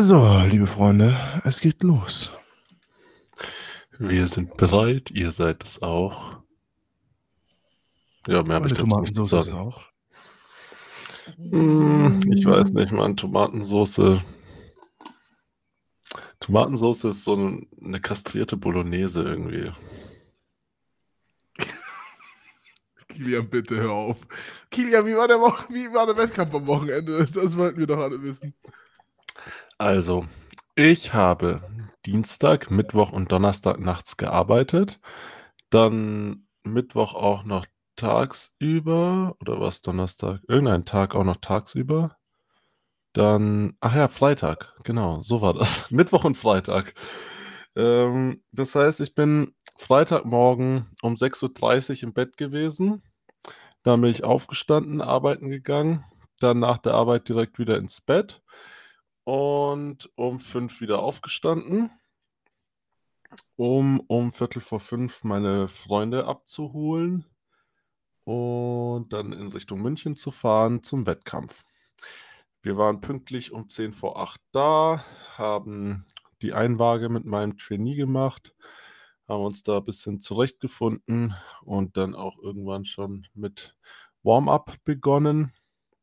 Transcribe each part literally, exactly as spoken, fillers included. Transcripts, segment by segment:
So, liebe Freunde, es geht los. Wir sind bereit, ihr seid es auch. Ja, mehr habe ich Meine dazu nicht zu Tomatensauce ist es sagen. auch. Hm, ich weiß nicht, man, Tomatensoße. Tomatensoße ist so ein- eine kastrierte Bolognese irgendwie. Kilian, bitte hör auf. Kilian, wie war der, Wo wie war der Wettkampf am Wochenende? Das wollten wir doch alle wissen. Also, ich habe Dienstag, Mittwoch und Donnerstag nachts gearbeitet. Dann Mittwoch auch noch tagsüber. Oder was Donnerstag? Irgendein Tag auch noch tagsüber. Dann, ach ja, Freitag, genau, so war das. Mittwoch und Freitag. Ähm, das heißt, ich bin Freitagmorgen um sechs Uhr dreißig im Bett gewesen. Dann bin ich aufgestanden, arbeiten gegangen. Dann nach der Arbeit direkt wieder ins Bett. Und um fünf wieder aufgestanden, um um Viertel vor fünf meine Freunde abzuholen und dann in Richtung München zu fahren zum Wettkampf. Wir waren pünktlich um zehn vor acht da, haben die Einwaage mit meinem Trainee gemacht, haben uns da ein bisschen zurechtgefunden und dann auch irgendwann schon mit Warm-up begonnen.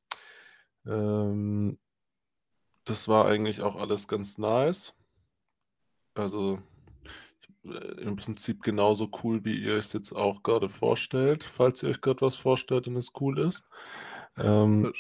Ähm, das war eigentlich auch alles ganz nice. Also äh, im Prinzip genauso cool, wie ihr es jetzt auch gerade vorstellt. Falls ihr euch gerade was vorstellt und es cool ist. Ähm,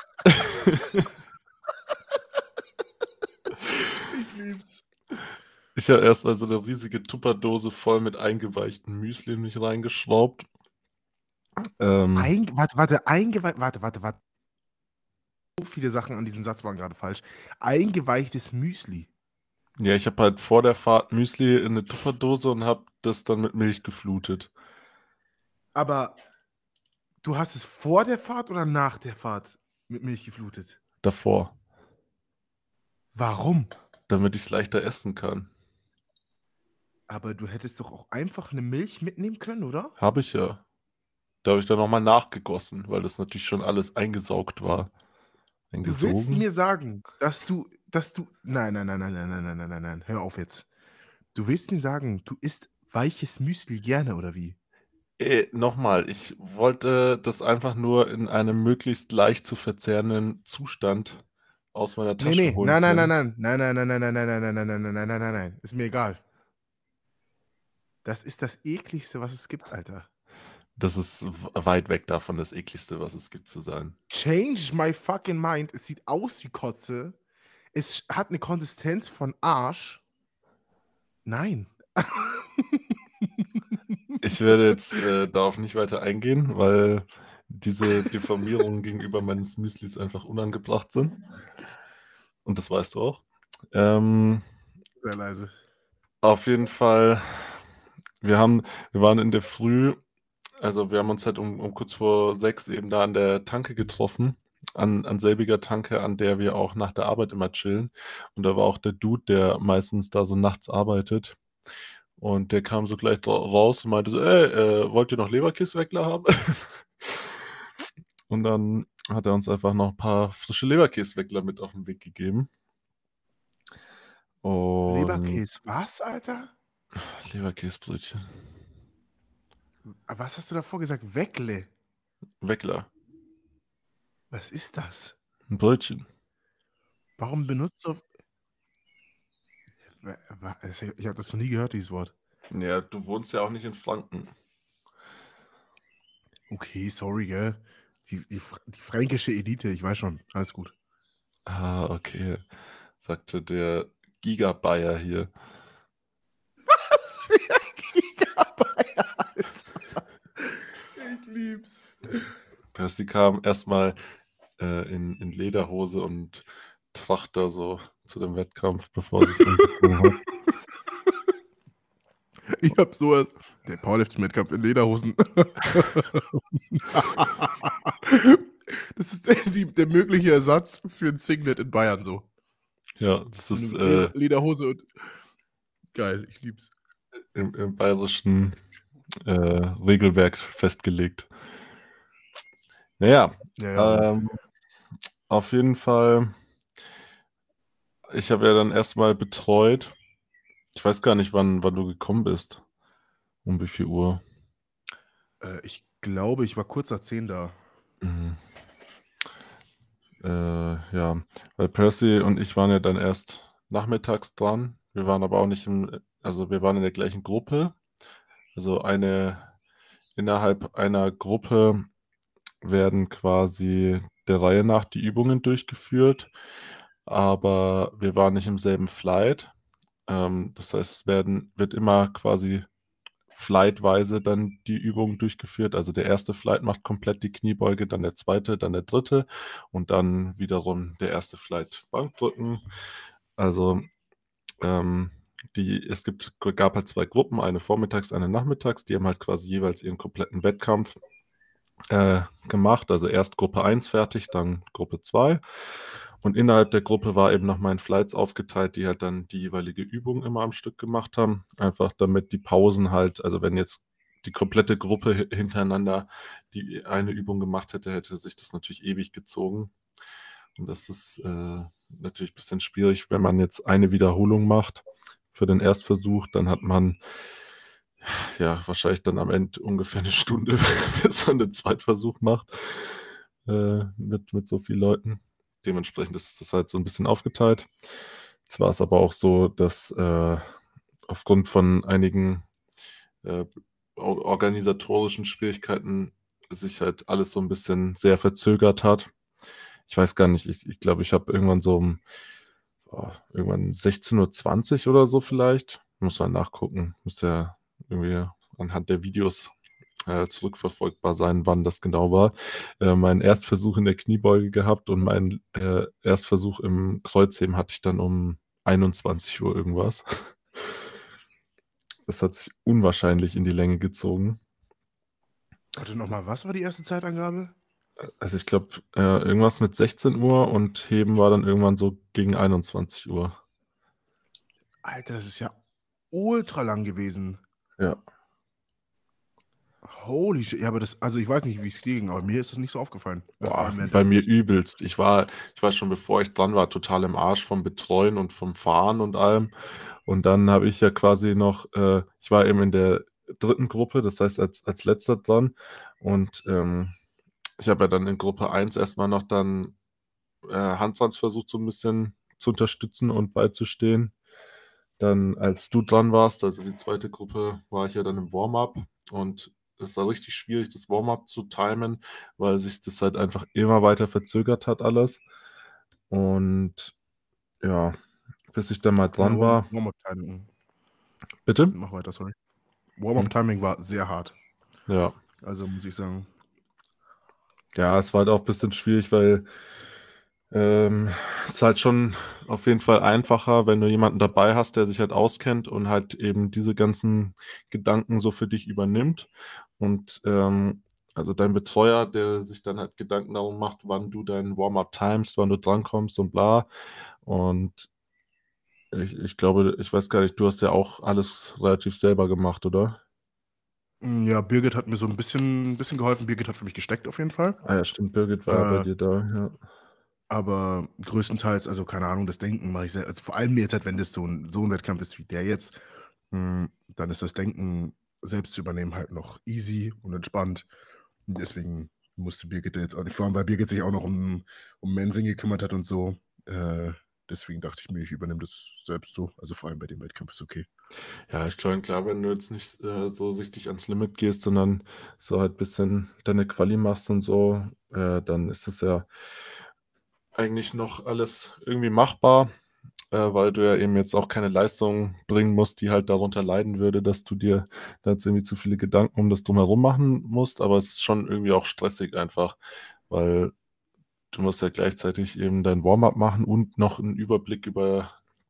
Ich lieb's. Ich habe erst also eine riesige Tupperdose voll mit eingeweichten Müsli in mich reingeschraubt. Ähm, Ein, warte, warte, eingeweicht, warte, warte, warte. So viele Sachen an diesem Satz waren gerade falsch. Eingeweichtes Müsli. ja, ich habe halt vor der Fahrt Müsli in eine Tupperdose und habe das dann mit Milch geflutet. Aber du hast es vor der Fahrt oder nach der Fahrt mit Milch geflutet? Davor, Warum? damit ich es leichter essen kann. Aber du hättest doch auch einfach eine Milch mitnehmen können, oder? Habe ich ja. Da habe ich dann nochmal nachgegossen, weil das natürlich schon alles eingesaugt war. Du willst Eingesogen? mir sagen, dass du, dass du. Nein, nein, nein, nein, nein, nein, nein, nein, nein, nein. Hör auf jetzt. Du willst mir sagen, du isst weiches Müsli gerne, oder wie? Äh, nochmal, ich wollte das einfach nur in einem möglichst leicht zu verzehrenden Zustand aus meiner Nee, Tasche nee. holen Nein, nein, nein, können. nein. Nein, nein, nein, nein, nein, nein, nein, nein, nein, nein, nein, nein, nein, nein. Ist mir egal. Das ist das ekligste, was es gibt, Alter. Das ist w- weit weg davon, das ekligste, was es gibt zu sein. Change my fucking mind. Es sieht aus wie Kotze. Es hat eine Konsistenz von Arsch. Nein. Ich werde jetzt äh, darauf nicht weiter eingehen, weil diese Diffamierungen gegenüber meines Müslis einfach unangebracht sind. Und das weißt du auch. Ähm, Sehr leise. auf jeden Fall, wir haben, wir waren in der Früh, also wir haben uns halt um, um kurz vor sechs eben da an der Tanke getroffen, an, an selbiger Tanke, an der wir auch nach der Arbeit immer chillen. Und da war auch der Dude, der meistens da so nachts arbeitet. Und der kam so gleich dra- raus und meinte so, ey, äh, wollt ihr noch Leberkäsweckler haben? Und dann hat er uns einfach noch ein paar frische Leberkäsweckler mit auf den Weg gegeben. Und Leberkäse, was, Alter? Leberkäsbrötchen. Was hast du davor gesagt? Weckle. Weckler. Was ist das? Ein Brötchen. Warum benutzt du. Wa- wa- Ich habe das noch nie gehört, dieses Wort. Ja, du wohnst ja auch nicht in Franken. Okay, sorry, gell? Die, die, Fr- die fränkische Elite, ich weiß schon. Alles gut. Ah, okay, sagte der Gigabayer hier. Was für ein Gigabyte, Alter. Ich lieb's. Percy kam erstmal äh, in, in Lederhose und Tracht da so zu dem Wettkampf, bevor er sich umgezogen hat. Ich hab sowas. Der Powerlifting-Wettkampf in Lederhosen. Das ist der, die, der mögliche Ersatz für ein Singlet in Bayern so. Ja, das Wenn ist du äh, Leder, Lederhose und. Geil, ich lieb's. im, im bayerischen äh, Regelwerk festgelegt. Naja, Ja, ja, Mann. ähm, auf jeden Fall ich habe ja dann erstmal betreut. Ich weiß gar nicht, wann, wann du gekommen bist. Um wie viel Uhr? Äh, ich glaube, ich war kurz nach zehn da. Mhm. Äh, ja, weil Percy und ich waren ja dann erst nachmittags dran. Wir waren aber auch nicht im, also wir waren in der gleichen Gruppe. Also eine, innerhalb einer Gruppe werden quasi der Reihe nach die Übungen durchgeführt, aber wir waren nicht im selben Flight. Ähm, das heißt, es werden, wird immer quasi flightweise dann die Übungen durchgeführt. Also der erste Flight macht komplett die Kniebeuge, dann der zweite, dann der dritte und dann wiederum der erste Flight Bankdrücken. Also ähm, die, es gibt, gab halt zwei Gruppen, eine vormittags, eine nachmittags, die haben halt quasi jeweils ihren kompletten Wettkampf äh, gemacht. Also erst Gruppe eins fertig, dann Gruppe zwei. Und innerhalb der Gruppe war eben noch mal in Flights aufgeteilt, die halt dann die jeweilige Übung immer am Stück gemacht haben. Einfach damit die Pausen halt, also wenn jetzt die komplette Gruppe hi- hintereinander die eine Übung gemacht hätte, hätte sich das natürlich ewig gezogen. Und das ist äh, natürlich ein bisschen schwierig, wenn man jetzt eine Wiederholung macht für den Erstversuch, dann hat man ja wahrscheinlich dann am Ende ungefähr eine Stunde, bis man den Zweitversuch macht äh, mit, mit so vielen Leuten. Dementsprechend ist das halt so ein bisschen aufgeteilt. Es war es aber auch so, dass äh, aufgrund von einigen äh, or- organisatorischen Schwierigkeiten sich halt alles so ein bisschen sehr verzögert hat. Ich weiß gar nicht, ich, ich glaube, ich habe irgendwann so um oh, irgendwann sechzehn Uhr zwanzig oder so vielleicht. Muss man nachgucken. Muss ja irgendwie anhand der Videos äh, zurückverfolgbar sein, wann das genau war. Äh, meinen Erstversuch in der Kniebeuge gehabt und meinen äh, Erstversuch im Kreuzheben hatte ich dann um einundzwanzig Uhr irgendwas. Das hat sich unwahrscheinlich in die Länge gezogen. Warte nochmal, was war die erste Zeitangabe? Also ich glaube, äh, irgendwas mit sechzehn Uhr und Heben war dann irgendwann so gegen einundzwanzig Uhr. Alter, das ist ja ultra lang gewesen. Ja. Holy shit. Ja, aber das, also ich weiß nicht, wie es dir ging, aber mir ist das nicht so aufgefallen. Also vor Boah, allem bei währenddessen mir nicht. übelst. Ich war, ich war schon, bevor ich dran war, total im Arsch vom Betreuen und vom Fahren und allem. Und dann habe ich ja quasi noch, äh, ich war eben in der dritten Gruppe, das heißt als, als letzter dran. Und ähm, ich habe ja dann in Gruppe eins erstmal noch dann äh, Handstands versucht, so ein bisschen zu unterstützen und beizustehen. Dann, als du dran warst, also die zweite Gruppe, war ich ja dann im Warm-up und es war richtig schwierig, das Warm-up zu timen, weil sich das halt einfach immer weiter verzögert hat alles. Und ja, bis ich dann mal Ja, dran Warm- war. Warm-up-Timing. Bitte? Mach weiter, sorry. Hm? Warm-up-Timing war sehr hart. Ja. Also muss ich sagen. Ja, es war halt auch ein bisschen schwierig, weil ähm, es ist halt schon auf jeden Fall einfacher, wenn du jemanden dabei hast, der sich halt auskennt und halt eben diese ganzen Gedanken so für dich übernimmt. Und ähm, also dein Betreuer, der sich dann halt Gedanken darum macht, wann du deinen Warm-up timest, wann du drankommst und bla. Und ich, ich glaube, ich weiß gar nicht, du hast ja auch alles relativ selber gemacht, oder? Mm, Ja, Birgit hat mir so ein bisschen, bisschen geholfen. Birgit hat für mich gesteckt auf jeden Fall. Ah ja, stimmt, Birgit war ja bei Äh, dir da, ja. aber größtenteils, also keine Ahnung, das Denken mache ich selbst. Also vor allem jetzt halt, wenn das so ein, so ein Wettkampf ist wie der jetzt, mm, dann ist das Denken selbst zu übernehmen halt noch easy und entspannt. Und deswegen musste Birgit da jetzt auch nicht, vor allem weil Birgit sich auch noch um, um Mensing gekümmert hat und so. Äh, deswegen dachte ich mir, ich übernehme das selbst so. Also vor allem bei dem Wettkampf ist okay. Ja, ich glaube, klar, wenn du jetzt nicht äh, so richtig ans Limit gehst, sondern so halt ein bisschen deine Quali machst und so, äh, dann ist das ja eigentlich noch alles irgendwie machbar, äh, weil du ja eben jetzt auch keine Leistung bringen musst, die halt darunter leiden würde, dass du dir da jetzt irgendwie zu viele Gedanken um das drumherum machen musst. Aber es ist schon irgendwie auch stressig einfach, weil du musst ja gleichzeitig eben dein Warm-up machen und noch einen Überblick über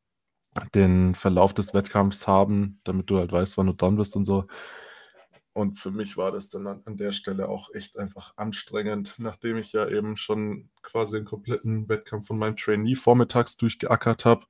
den Verlauf des Wettkampfs haben, damit du halt weißt, wann du dran bist und so. Und für mich war das dann an, an der Stelle auch echt einfach anstrengend, nachdem ich ja eben schon quasi den kompletten Wettkampf von meinem Trainee vormittags durchgeackert habe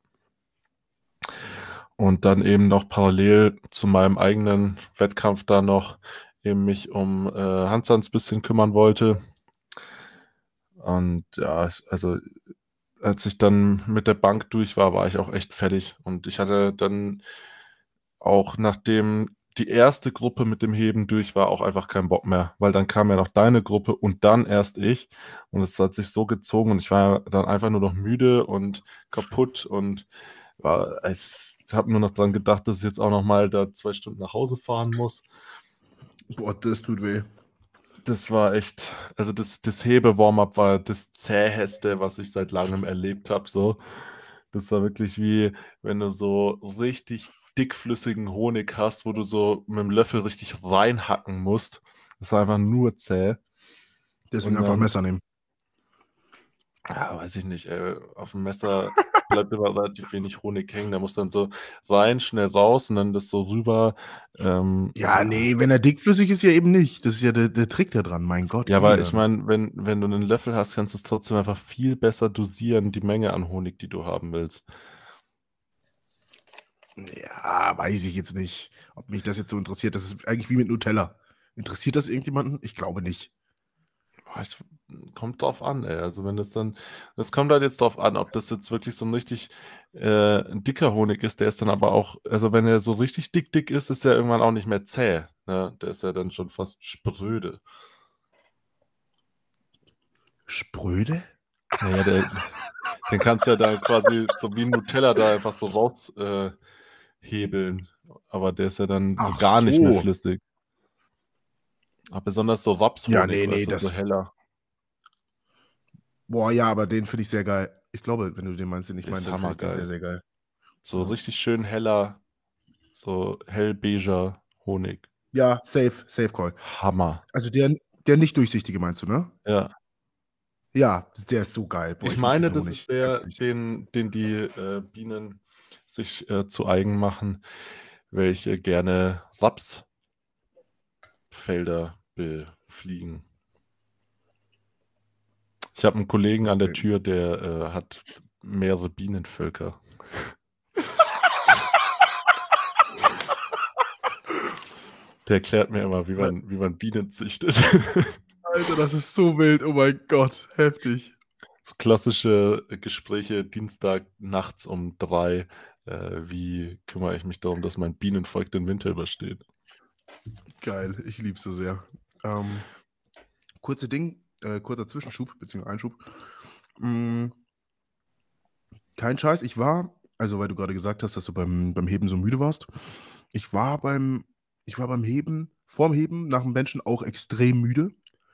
und dann eben noch parallel zu meinem eigenen Wettkampf da noch eben mich um äh, Handstands ein bisschen kümmern wollte. Und ja, also als ich dann mit der Bank durch war, war ich auch echt fertig. Und ich hatte dann auch, nachdem die erste Gruppe mit dem Heben durch war, auch einfach keinen Bock mehr, weil dann kam ja noch deine Gruppe und dann erst ich. Und es hat sich so gezogen und ich war dann einfach nur noch müde und kaputt und war, ich habe nur noch dran gedacht, dass ich jetzt auch noch mal da zwei Stunden nach Hause fahren muss. Boah, das tut weh. Das war echt, also das, das Hebe-Warm-up war das zäheste, was ich seit langem erlebt habe. So. Das war wirklich wie, wenn du so richtig dickflüssigen Honig hast, wo du so mit dem Löffel richtig reinhacken musst. Das war einfach nur zäh. Deswegen Und einfach dann, Messer nehmen. ja, weiß ich nicht, ey, auf dem Messer bleibt immer relativ wenig Honig hängen. Da muss dann so rein, schnell raus und dann das so rüber. Ähm, Ja, nee, wenn er dickflüssig ist, ja eben nicht. Das ist ja der, der Trick da dran. Mein Gott, Ja, aber ich Kilian. meine, wenn, wenn du einen Löffel hast, kannst du es trotzdem einfach viel besser dosieren, die Menge an Honig, die du haben willst. Ja, weiß ich jetzt nicht, ob mich das jetzt so interessiert. Das ist eigentlich wie mit Nutella. Interessiert das irgendjemanden? Ich glaube nicht. Boah, ich, kommt drauf an, ey. Also wenn das dann, das kommt halt jetzt drauf an, ob das jetzt wirklich so ein richtig äh, ein dicker Honig ist, der ist dann aber auch, also wenn er so richtig dick, dick ist, ist er irgendwann auch nicht mehr zäh. Ne? Der ist ja dann schon fast spröde. Spröde? Naja, der, den kannst du ja dann quasi so wie ein Nutella da einfach so raushebeln. Äh, hebeln. Aber der ist ja dann so Ach gar nicht mehr so. flüssig. Aber besonders so Ja, Rapshonig, nee, nee, weißt du, so das. heller. Boah, ja, aber den finde ich sehr geil. Ich glaube, wenn du den meinst, den ich Der meine, ist dann finde ich den sehr, hammergeil. sehr geil. So Ja, richtig schön heller, so hellbeiger Honig. ja, safe, safe Call. Hammer. Also der, der nicht durchsichtige meinst du, ne? Ja. Ja, der ist so geil. Boah, Ich ich liebe meine, diesen das ist Honig. Ganz der, ehrlich. den, den die äh, Bienen sich äh, zu eigen machen, welche gerne Rapsfelder befliegen. Ich habe einen Kollegen an der Okay. Tür, der äh, hat mehrere Bienenvölker. Der erklärt mir immer, wie man, wie man Bienen züchtet. Alter, das ist so wild. Oh mein Gott, heftig. So klassische Gespräche Dienstag nachts um drei. Äh, wie kümmere ich mich darum, dass mein Bienenvolk den Winter übersteht? Geil, ich lieb's so sehr. Ähm, kurze Ding, äh, kurzer Zwischenschub, beziehungsweise Einschub. Mm, kein Scheiß, ich war, also weil du gerade gesagt hast, dass du beim, beim Heben so müde warst. Ich war beim, ich war beim Heben, vorm Heben, nach dem Benchen auch extrem müde.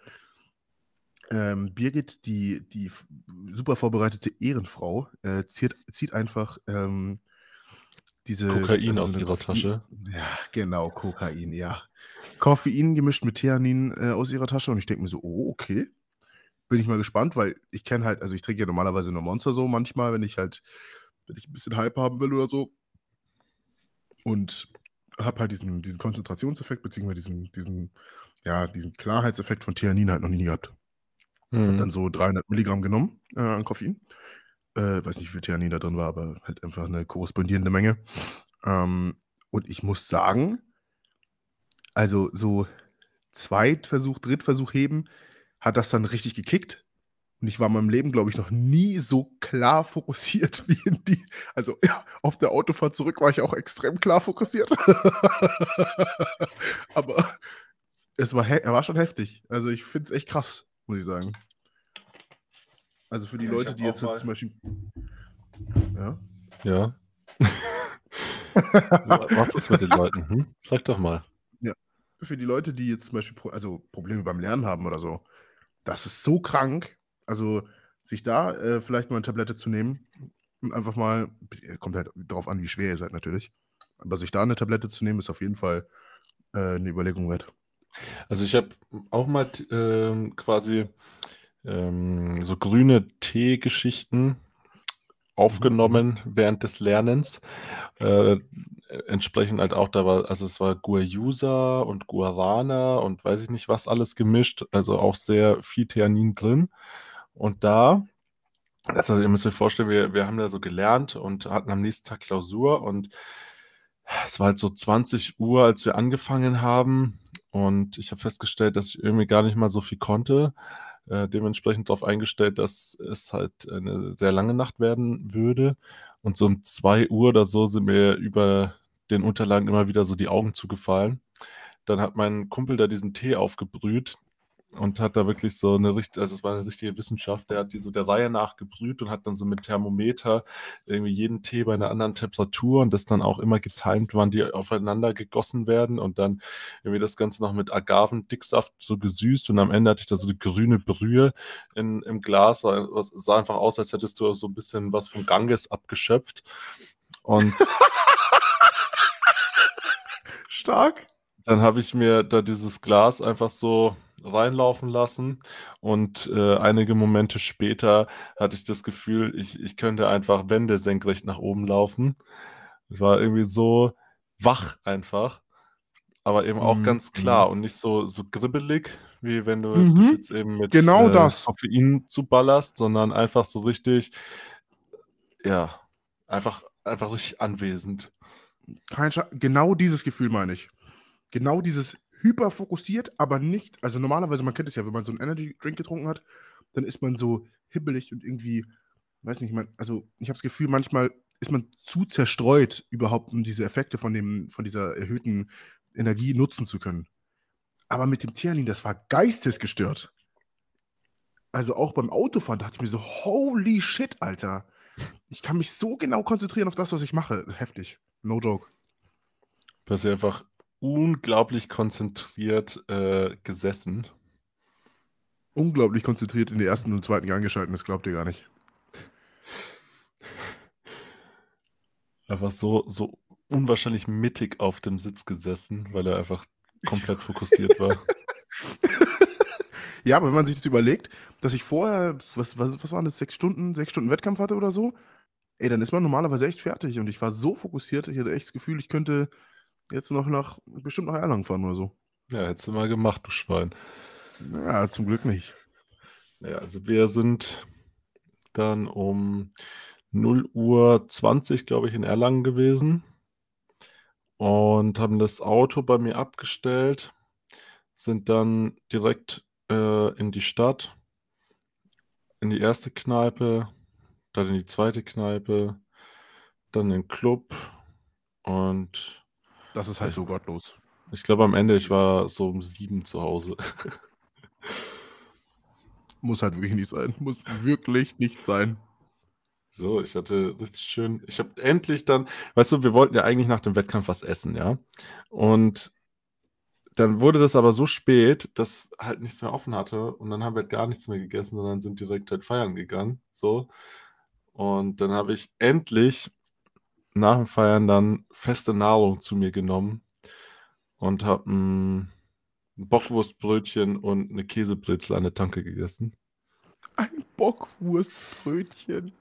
Ähm, Birgit, die, die f- super vorbereitete Ehrenfrau, äh, zieht, zieht einfach ähm, diese, Kokain also so aus eine ihrer Koffein, Tasche. ja, genau, Kokain, ja. Koffein gemischt mit Theanin äh, aus ihrer Tasche und ich denke mir so, oh, okay. Bin ich mal gespannt, weil ich kenne halt, also ich trinke ja normalerweise nur Monster so manchmal, wenn ich halt, wenn ich ein bisschen Hype haben will oder so. Und habe halt diesen, diesen Konzentrationseffekt, beziehungsweise diesen, diesen, ja, diesen Klarheitseffekt von Theanin halt noch nie gehabt. Hab dann Mhm. so dreihundert Milligramm genommen äh, an Koffein. Äh, weiß nicht, wie viel Theanin da drin war, aber halt einfach eine korrespondierende Menge. Ähm, und ich muss sagen, also so Zweitversuch, Drittversuch heben, hat das dann richtig gekickt. Und ich war in meinem Leben, glaube ich, noch nie so klar fokussiert wie in die. Also ja, auf der Autofahrt zurück war ich auch extrem klar fokussiert. Aber es war, he- er war schon heftig. Also ich finde es echt krass, muss ich sagen. Also für die Ja, ich Leute, habe die auch jetzt halt mal. zum Beispiel. Ja. Ja. Wa- Was ist mit den Leuten? Hm? Sag doch mal. Ja. Für die Leute, die jetzt zum Beispiel Pro also Probleme beim Lernen haben oder so, das ist so krank. Also sich da äh, vielleicht mal eine Tablette zu nehmen und einfach mal, kommt halt darauf an, wie schwer ihr seid natürlich, aber sich da eine Tablette zu nehmen, ist auf jeden Fall äh, eine Überlegung wert. Also ich habe auch mal t- ähm, quasi ähm, so grüne Tee-Geschichten Mhm, mhm. aufgenommen während des Lernens. Äh, entsprechend halt auch da war, also es war Guayusa und Guarana und weiß ich nicht was alles gemischt, also auch sehr viel Theanin drin. Und da, also ihr müsst euch vorstellen, wir, wir haben da so gelernt und hatten am nächsten Tag Klausur und es war halt so zwanzig Uhr, als wir angefangen haben und ich habe festgestellt, dass ich irgendwie gar nicht mal so viel konnte. äh, dementsprechend darauf eingestellt, dass es halt eine sehr lange Nacht werden würde. Und so um zwei Uhr oder so sind mir über den Unterlagen immer wieder so die Augen zugefallen. Dann hat mein Kumpel da diesen Tee aufgebrüht und hat da wirklich so eine richtige, also es war eine richtige Wissenschaft, der hat die so der Reihe nach gebrüht und hat dann so mit Thermometer irgendwie jeden Tee bei einer anderen Temperatur und das dann auch immer getimt, wann die aufeinander gegossen werden und dann irgendwie das Ganze noch mit Agavendicksaft so gesüßt und am Ende hatte ich da so eine grüne Brühe in, im Glas. Es sah einfach aus, als hättest du so ein bisschen was vom Ganges abgeschöpft. Und Stark. dann habe ich mir da dieses Glas einfach so reinlaufen lassen und äh, einige Momente später hatte ich das Gefühl, ich, ich könnte einfach Wände senkrecht nach oben laufen. Ich war irgendwie so wach einfach, aber eben auch Mhm. ganz klar und nicht so, so gribbelig, wie wenn du dich Mhm. jetzt eben mit Genau äh, das. Koffein zuballerst, sondern einfach so richtig, ja, einfach, einfach richtig anwesend. Kein Scha genau dieses Gefühl meine ich. Genau dieses hyperfokussiert, aber nicht, also normalerweise, man kennt es ja, wenn man so 'n Energy-Drink getrunken hat, dann ist man so hibbelig und irgendwie, weiß nicht, man, also, ich habe das Gefühl, manchmal ist man zu zerstreut überhaupt, um diese Effekte von dem von dieser erhöhten Energie nutzen zu können. Aber mit dem Theanin, das war geistesgestört. Also, auch beim Autofahren dachte ich mir so: „Holy shit, Alter. Ich kann mich so genau konzentrieren auf das, was ich mache.“ Heftig. No joke. Du hast ja einfach unglaublich konzentriert äh, gesessen. Unglaublich konzentriert in den ersten und zweiten Gang geschalten, das glaubt ihr gar nicht. Einfach so, so unwahrscheinlich mittig auf dem Sitz gesessen, weil er einfach komplett fokussiert war. Ja, aber wenn man sich das überlegt, dass ich vorher, was was was waren das, sechs Stunden sechs Stunden Wettkampf hatte oder so, ey, dann ist man normalerweise echt fertig und ich war so fokussiert, ich hatte echt das Gefühl, ich könnte jetzt noch nach bestimmt nach Erlangen fahren oder so. Ja, hättest du mal gemacht, du Schwein. Ja, zum Glück nicht. Ja, also wir sind dann um null Uhr zwanzig, glaube ich, in Erlangen gewesen und haben das Auto bei mir abgestellt, sind dann direkt äh, in die Stadt, in die erste Kneipe, dann in die zweite Kneipe, dann in den Club und Das ist ja, halt ich, so gottlos. ich glaube am Ende, ich war so um sieben zu Hause. Muss halt wirklich nicht sein. Muss wirklich nicht sein. So, ich hatte richtig schön, ich habe endlich dann, weißt du, wir wollten ja eigentlich nach dem Wettkampf was essen, ja. Und dann wurde das aber so spät, dass halt nichts mehr offen hatte und dann haben wir halt gar nichts mehr gegessen, sondern sind direkt halt feiern gegangen, so. Und dann habe ich endlich nach dem Feiern dann feste Nahrung zu mir genommen und habe ein Bockwurstbrötchen und eine Käsebrezel an der Tanke gegessen. Ein Bockwurstbrötchen.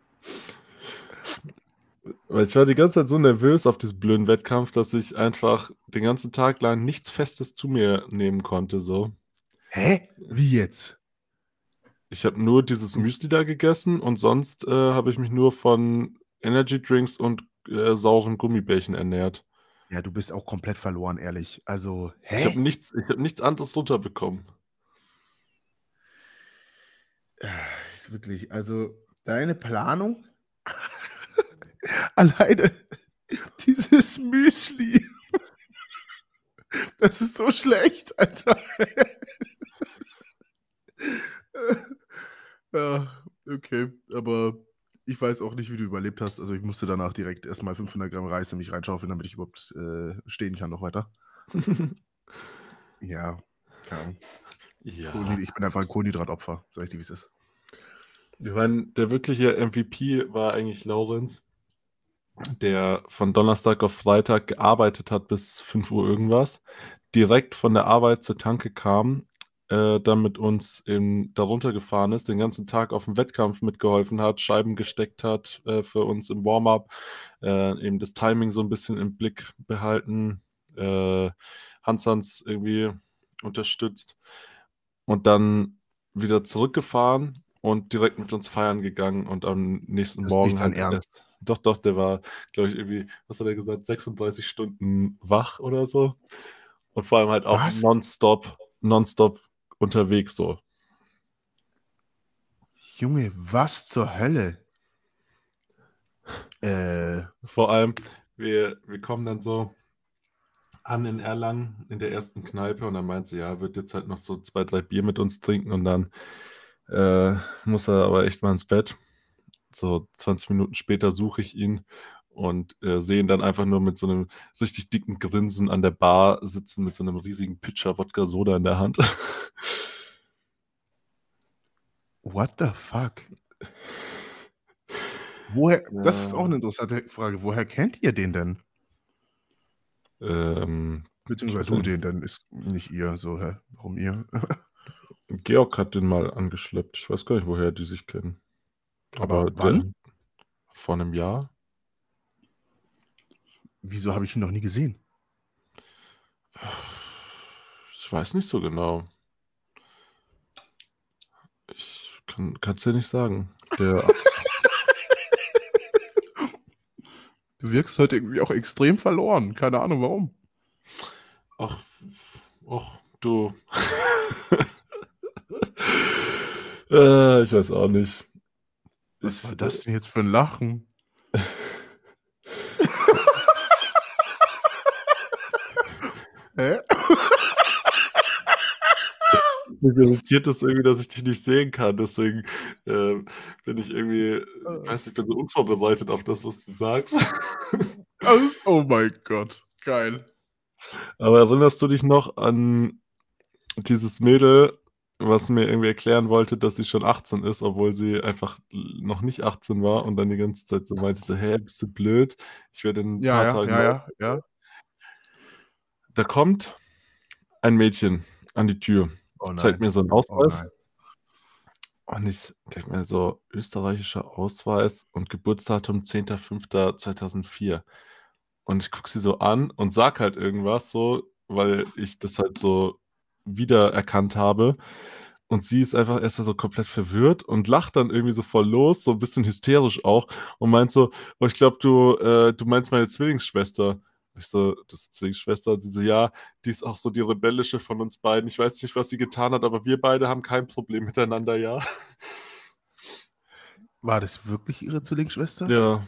Weil ich war die ganze Zeit so nervös auf diesen blöden Wettkampf, dass ich einfach den ganzen Tag lang nichts Festes zu mir nehmen konnte, so. Hä? Wie jetzt? Ich habe nur dieses Du Müsli da gegessen und sonst äh, habe ich mich nur von Energy Drinks und äh, sauren Gummibärchen ernährt. ja, du bist auch komplett verloren, ehrlich. Also, Ich habe hä? nichts, ich habe nichts anderes runterbekommen. Äh, wirklich, also deine Planung alleine dieses Müsli, das ist so schlecht, Alter. Ja, okay, aber ich weiß auch nicht, wie du überlebt hast. Also, ich musste danach direkt erst mal fünfhundert Gramm Reis in mich reinschaufeln, damit ich überhaupt, äh, stehen kann noch weiter. Ja, keine Ahnung. Ja. Kohlenhyd ich bin einfach 'n Kohlenhydratopfer, sage ich dir, wie's ist. Ich meine, der wirkliche M V P war eigentlich Laurenz, der von Donnerstag auf Freitag gearbeitet hat bis fünf Uhr irgendwas, direkt von der Arbeit zur Tanke kam, äh, dann mit uns in, da runtergefahren ist, den ganzen Tag auf dem Wettkampf mitgeholfen hat, Scheiben gesteckt hat äh, für uns im Warm-up, äh, eben das Timing so ein bisschen im Blick behalten, äh, Hansans irgendwie unterstützt und dann wieder zurückgefahren und direkt mit uns feiern gegangen und am nächsten Das ist nicht Morgen dein halt Ernst. erst. Doch, doch, der war, glaube ich, irgendwie, was hat er gesagt, sechsunddreißig Stunden wach oder so. Und vor allem halt auch Was? nonstop, nonstop unterwegs so. Junge, was zur Hölle? Äh, Vor allem, wir, wir kommen dann so an in Erlangen in der ersten Kneipe und dann meint sie, ja, wird jetzt halt noch so zwei, drei Bier mit uns trinken und dann äh, muss er aber echt mal ins Bett. So zwanzig Minuten später suche ich ihn und äh, sehe ihn dann einfach nur mit so einem richtig dicken Grinsen an der Bar sitzen, mit so einem riesigen Pitcher Wodka-Soda in der Hand. what the fuck? Woher, das ist auch Ja, eine interessante Frage. Woher kennt ihr den denn? ähm, ich Beziehungsweise weiß du nicht. den, dann ist nicht ihr, so, hä? Warum ihr? Georg hat den mal angeschleppt. Ich weiß gar nicht, woher die sich kennen. Aber Aber der wann? vor einem Jahr? Wieso habe ich ihn noch nie gesehen? Ich weiß nicht so genau. Ich kann es dir nicht sagen. Der, Du wirkst heute irgendwie auch extrem verloren. Keine Ahnung warum. ach, ach, du. äh, ich weiß auch nicht. Was Ich, war das denn jetzt für ein Lachen? Hä? Mich irritiert es irgendwie, dass ich dich nicht sehen kann. Deswegen äh, bin ich irgendwie, ich weiß nicht, ich bin so unvorbereitet auf das, was du sagst. Alles, oh mein Gott. Geil. Aber erinnerst du dich noch an dieses Mädel, was mir irgendwie erklären wollte, dass sie schon achtzehn ist, obwohl sie einfach noch nicht achtzehn war und dann die ganze Zeit so meinte, so, hä, bist du blöd? Ich werde in ein Ja, paar ja, Tagen ja, neun. ja, ja. Da kommt ein Mädchen an die Tür, Oh zeigt nein. mir so einen Oh Ausweis nein. und ich denke mir so, österreichischer Ausweis und Geburtsdatum zehnter fünfter zweitausendvier. Und ich gucke sie so an und sag halt irgendwas so, weil ich das halt so wiedererkannt habe. Und sie ist einfach erst so komplett verwirrt und lacht dann irgendwie so voll los, so ein bisschen hysterisch auch und meint so, oh, ich glaube, du, äh, du meinst meine Zwillingsschwester. Ich so, das ist Zwillingsschwester. Und sie so, ja, die ist auch so die rebellische von uns beiden. Ich weiß nicht, was sie getan hat, aber wir beide haben kein Problem miteinander, ja. War das wirklich ihre Zwillingsschwester? Ja.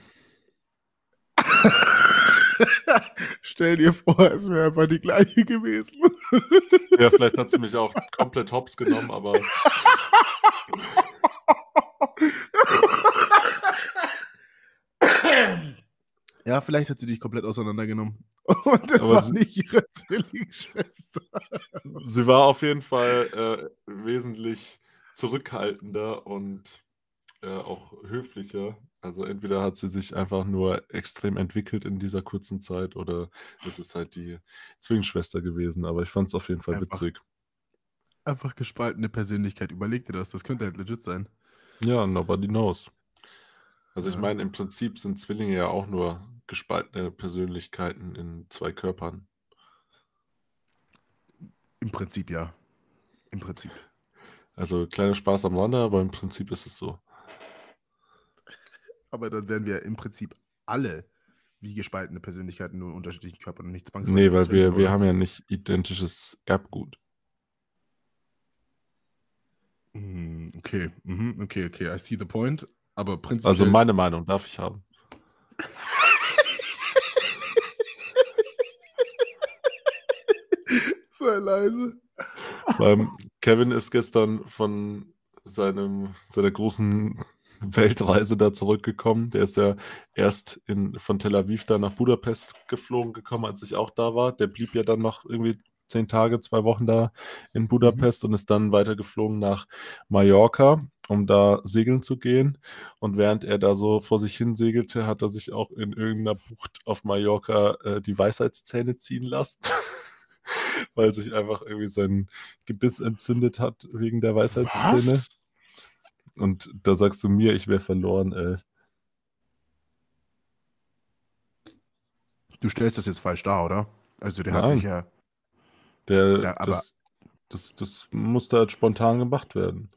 Stell dir vor, es wäre einfach die gleiche gewesen. Ja, vielleicht hat sie mich auch komplett hops genommen, aber Ja, vielleicht hat sie dich komplett auseinandergenommen. Und das Aber war sie- nicht ihre Zwillingsschwester. sie war auf jeden Fall äh, wesentlich zurückhaltender und äh, auch höflicher. Also entweder hat sie sich einfach nur extrem entwickelt in dieser kurzen Zeit oder es ist halt die Zwillingsschwester gewesen. Aber ich fand es auf jeden Fall Einfach. witzig. Einfach gespaltene Persönlichkeit. Überleg dir das, das könnte halt legit sein. Ja, nobody knows. Also ich Ja. meine, im Prinzip sind Zwillinge ja auch nur gespaltene Persönlichkeiten in zwei Körpern. Im Prinzip ja. Im Prinzip. Also kleiner Spaß am Rande, aber im Prinzip ist es so. Aber dann wären wir im Prinzip alle wie gespaltene Persönlichkeiten, nur in unterschiedlichen Körpern und nicht zwangsweise Nee, wie weil Zwillinge, wir, wir oder? haben ja nicht identisches Erbgut. Hm, okay, mhm, okay, okay, I see the point. Aber Also prinzipiell. meine Meinung darf ich haben. Sei leise. Vor allem, Kevin ist gestern von seinem, seiner großen Weltreise da zurückgekommen. Der ist ja erst in, von Tel Aviv da nach Budapest geflogen gekommen, als ich auch da war. Der blieb ja dann noch irgendwie zehn Tage, zwei Wochen da in Budapest und ist dann weitergeflogen nach Mallorca, um da segeln zu gehen. Und während er da so vor sich hin segelte, hat er sich auch in irgendeiner Bucht auf Mallorca äh, die Weisheitszähne ziehen lassen. Weil sich einfach irgendwie sein Gebiss entzündet hat wegen der Weisheitszähne. Was? Und da sagst du mir, ich wäre verloren, ey. Du stellst das jetzt falsch dar, oder? Also der hat Nein. sich ja. Der, Ja, aber das, das, das musste halt spontan gemacht werden.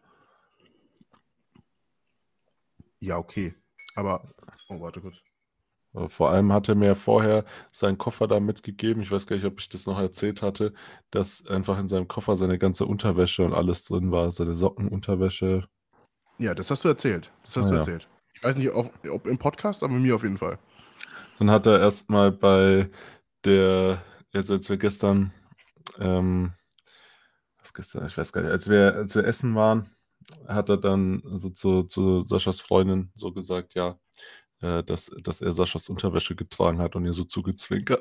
ja, okay. Aber. Oh, warte kurz. Aber vor allem hat er mir vorher seinen Koffer da mitgegeben. Ich weiß gar nicht, ob ich das noch erzählt hatte, dass einfach in seinem Koffer seine ganze Unterwäsche und alles drin war. Seine Socken, Unterwäsche. Ja, das hast du erzählt. Das hast Ah, du ja. erzählt. Ich weiß nicht, ob, ob im Podcast, aber mir auf jeden Fall. Dann hat er erstmal bei der, jetzt als wir gestern, ähm, was gestern, ich weiß gar nicht, als wir, als wir essen waren, hat er dann so zu, zu Saschas Freundin so gesagt, ja, äh, dass, dass er Saschas Unterwäsche getragen hat und ihr so zugezwinkert.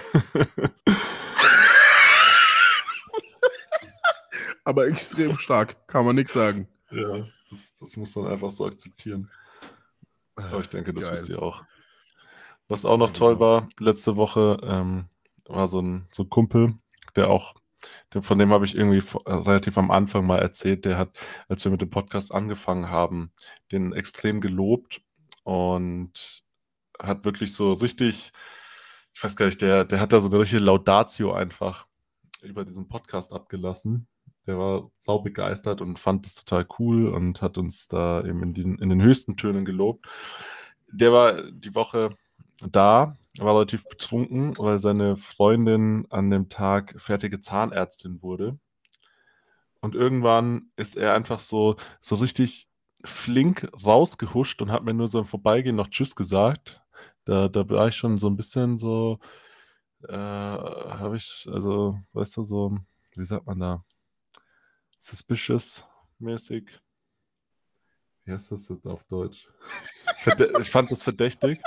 Aber extrem stark, kann man nichts sagen. Ja, das, das muss man einfach so akzeptieren. Aber ich denke, das wisst Geil. ihr auch. Was auch noch toll Sowieso. war, letzte Woche, ähm, war so ein, so ein Kumpel, der auch, der, von dem habe ich irgendwie vor- äh, relativ am Anfang mal erzählt, der hat, als wir mit dem Podcast angefangen haben, den extrem gelobt und hat wirklich so richtig, ich weiß gar nicht, der, der hat da so eine richtige Laudatio einfach über diesen Podcast abgelassen. Der war sau begeistert und fand es total cool und hat uns da eben in den, in den höchsten Tönen gelobt. Der war die Woche da, war relativ betrunken, weil seine Freundin an dem Tag fertige Zahnärztin wurde. Und irgendwann ist er einfach so, so richtig flink rausgehuscht und hat mir nur so im Vorbeigehen noch Tschüss gesagt. Da, da war ich schon so ein bisschen so, äh, habe ich, also, weißt du, so, wie sagt man da, suspicious-mäßig. Wie heißt das jetzt auf Deutsch? Verde ich fand das verdächtig.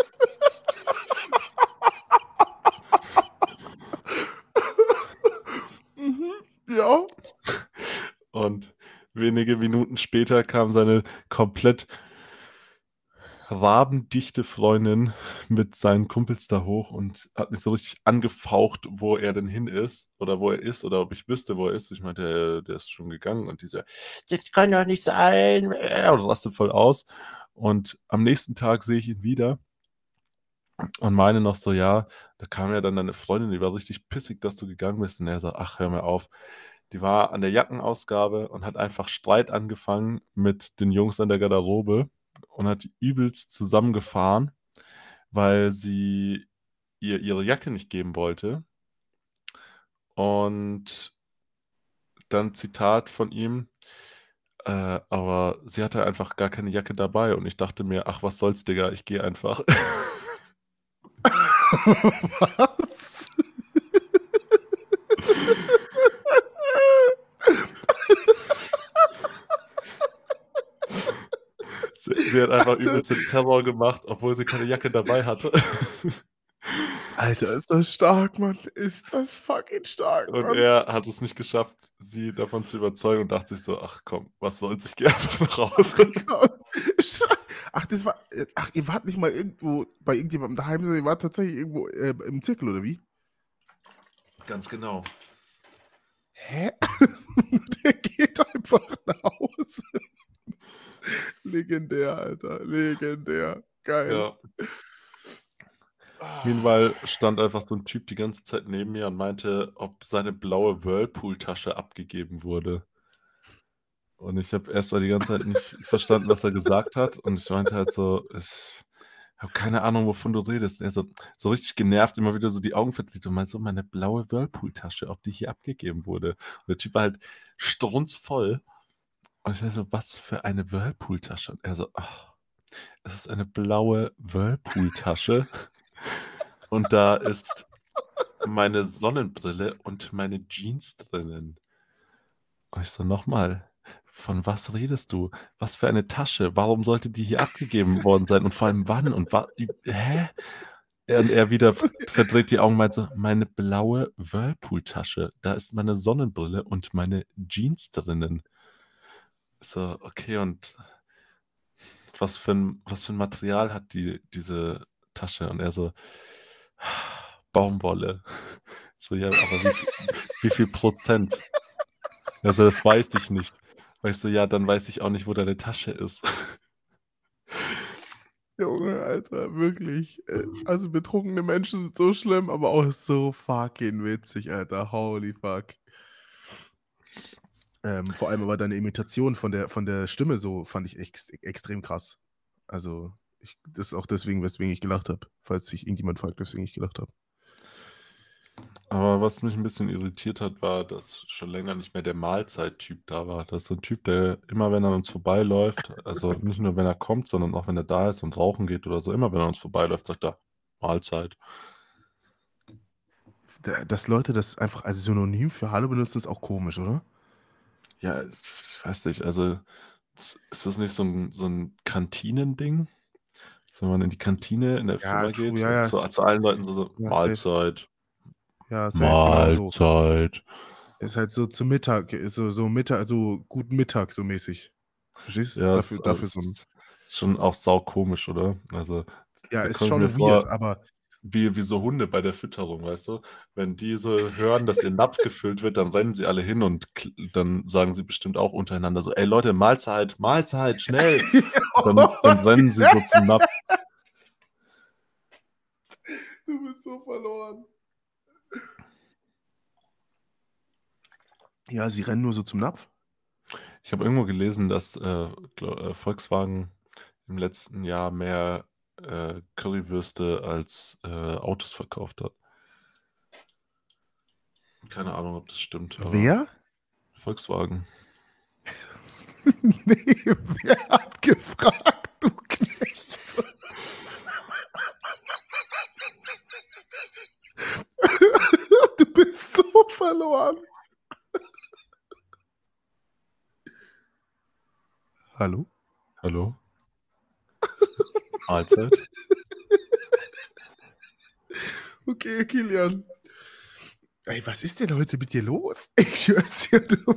Mhm. Ja. Und wenige Minuten später kam seine komplett rabendichte Freundin mit seinen Kumpels da hoch und hat mich so richtig angefaucht, wo er denn hin ist oder wo er ist oder ob ich wüsste, wo er ist. Ich meinte, der, der ist schon gegangen und dieser, das kann doch nicht sein, und rastet voll aus. Und am nächsten Tag sehe ich ihn wieder und meine noch so, ja, da kam ja dann deine Freundin, die war richtig pissig, dass du gegangen bist. Und er so, ach, hör mir auf. Die war an der Jackenausgabe und hat einfach Streit angefangen mit den Jungs an der Garderobe und hat die übelst zusammengefahren, weil sie ihr ihre Jacke nicht geben wollte. Und dann Zitat von ihm, äh, aber sie hatte einfach gar keine Jacke dabei und ich dachte mir, ach, was soll's, Digga, ich gehe einfach. Was? Sie, sie hat einfach Alter, übelst den Terror gemacht, obwohl sie keine Jacke dabei hatte. Alter, ist das stark, Mann. Ist das fucking stark, Und Mann. er hat es nicht geschafft, sie davon zu überzeugen und dachte sich so, ach komm, was soll's, ich gehe einfach nach Hause. Ach, das war. äh, Ach, ihr wart nicht mal irgendwo bei irgendjemandem daheim, sondern ihr wart tatsächlich irgendwo äh, im Zirkel, oder wie? Ganz genau. Hä? Der geht einfach nach Hause. Legendär, Alter. Legendär. Geil. Ja. Ah. Meanwhile stand einfach so ein Typ die ganze Zeit neben mir und meinte, ob seine blaue Whirlpool-Tasche abgegeben wurde. Und ich habe erst mal die ganze Zeit nicht verstanden, was er gesagt hat. Und ich meinte halt so, ich habe keine Ahnung, wovon du redest. Und er so, so richtig genervt, immer wieder so die Augen verdreht und meinte so, meine blaue Whirlpool-Tasche, ob die hier abgegeben wurde. Und der Typ war halt strunzvoll. Und ich war so, was für eine Whirlpool-Tasche? Und er so, ach, es ist eine blaue Whirlpool-Tasche. Und da ist meine Sonnenbrille und meine Jeans drinnen. Und ich so, nochmal, von was redest du? Was für eine Tasche? Warum sollte die hier abgegeben worden sein? Und vor allem wann? Und wa hä? Und er wieder verdreht die Augen und meint so, meine blaue Whirlpool-Tasche, da ist meine Sonnenbrille und meine Jeans drinnen. So, okay, und was für ein, was für ein Material hat die, diese Tasche? Und er so, Baumwolle. So, ja, aber wie, wie viel Prozent? Also, das weiß ich nicht. Weißt du, ja, dann weiß ich auch nicht, wo deine Tasche ist. Junge, Alter, wirklich. äh, Also betrunkene Menschen sind so schlimm, aber auch so fucking witzig, Alter. Holy fuck. Ähm, vor allem aber deine Imitation von der, von der Stimme so fand ich ex extrem krass. Also, ich, das ist auch deswegen, weswegen ich gelacht habe. Falls sich irgendjemand fragt, weswegen ich gelacht habe. Aber was mich ein bisschen irritiert hat, war, dass schon länger nicht mehr der Mahlzeittyp da war. Das ist so ein Typ, der immer, wenn er an uns vorbeiläuft, also nicht nur wenn er kommt, sondern auch wenn er da ist und rauchen geht oder so, immer wenn er an uns vorbeiläuft, sagt er Mahlzeit. Da- Dass Leute das einfach als Synonym für Hallo benutzen, ist auch komisch, oder? Ja, ich ich weiß nicht, also ist ist das nicht so ein, so ein Kantinending? So, wenn man in die Kantine in der Ja, Firma true, geht ja, und ja, zu, s- zu allen Leuten so, so ja, safe. Mahlzeit, Ja, safe, genau so. Mahlzeit. Ist halt so zum Mittag, ist so, so Mittag, so guten Mittag, so mäßig. Verstehst du? Ja, es, Dafür, also dafür es so ein. ist schon auch saukomisch, oder? Also Ja, da ist komme ich mir schon weird, vor, aber wie, wie so Hunde bei der Fütterung, weißt du? Wenn die so hören, dass ihr Napf gefüllt wird, dann rennen sie alle hin und kl- dann sagen sie bestimmt auch untereinander so, ey Leute, Mahlzeit, Mahlzeit, schnell. Und dann, dann rennen sie so zum Napf. du bist so verloren. Ja, sie rennen nur so zum Napf. Ich habe irgendwo gelesen, dass äh, glaub, äh, Volkswagen im letzten Jahr mehr äh, Currywürste als äh, Autos verkauft hat. Keine Ahnung, ob das stimmt, aber Wer? Volkswagen. Nee, wer hat gefragt, du Knecht? Du bist so verloren. Hallo? Hallo? Mahlzeit? Okay, Kilian. Ey, was ist denn heute mit dir los? Ich schwör's dir, du.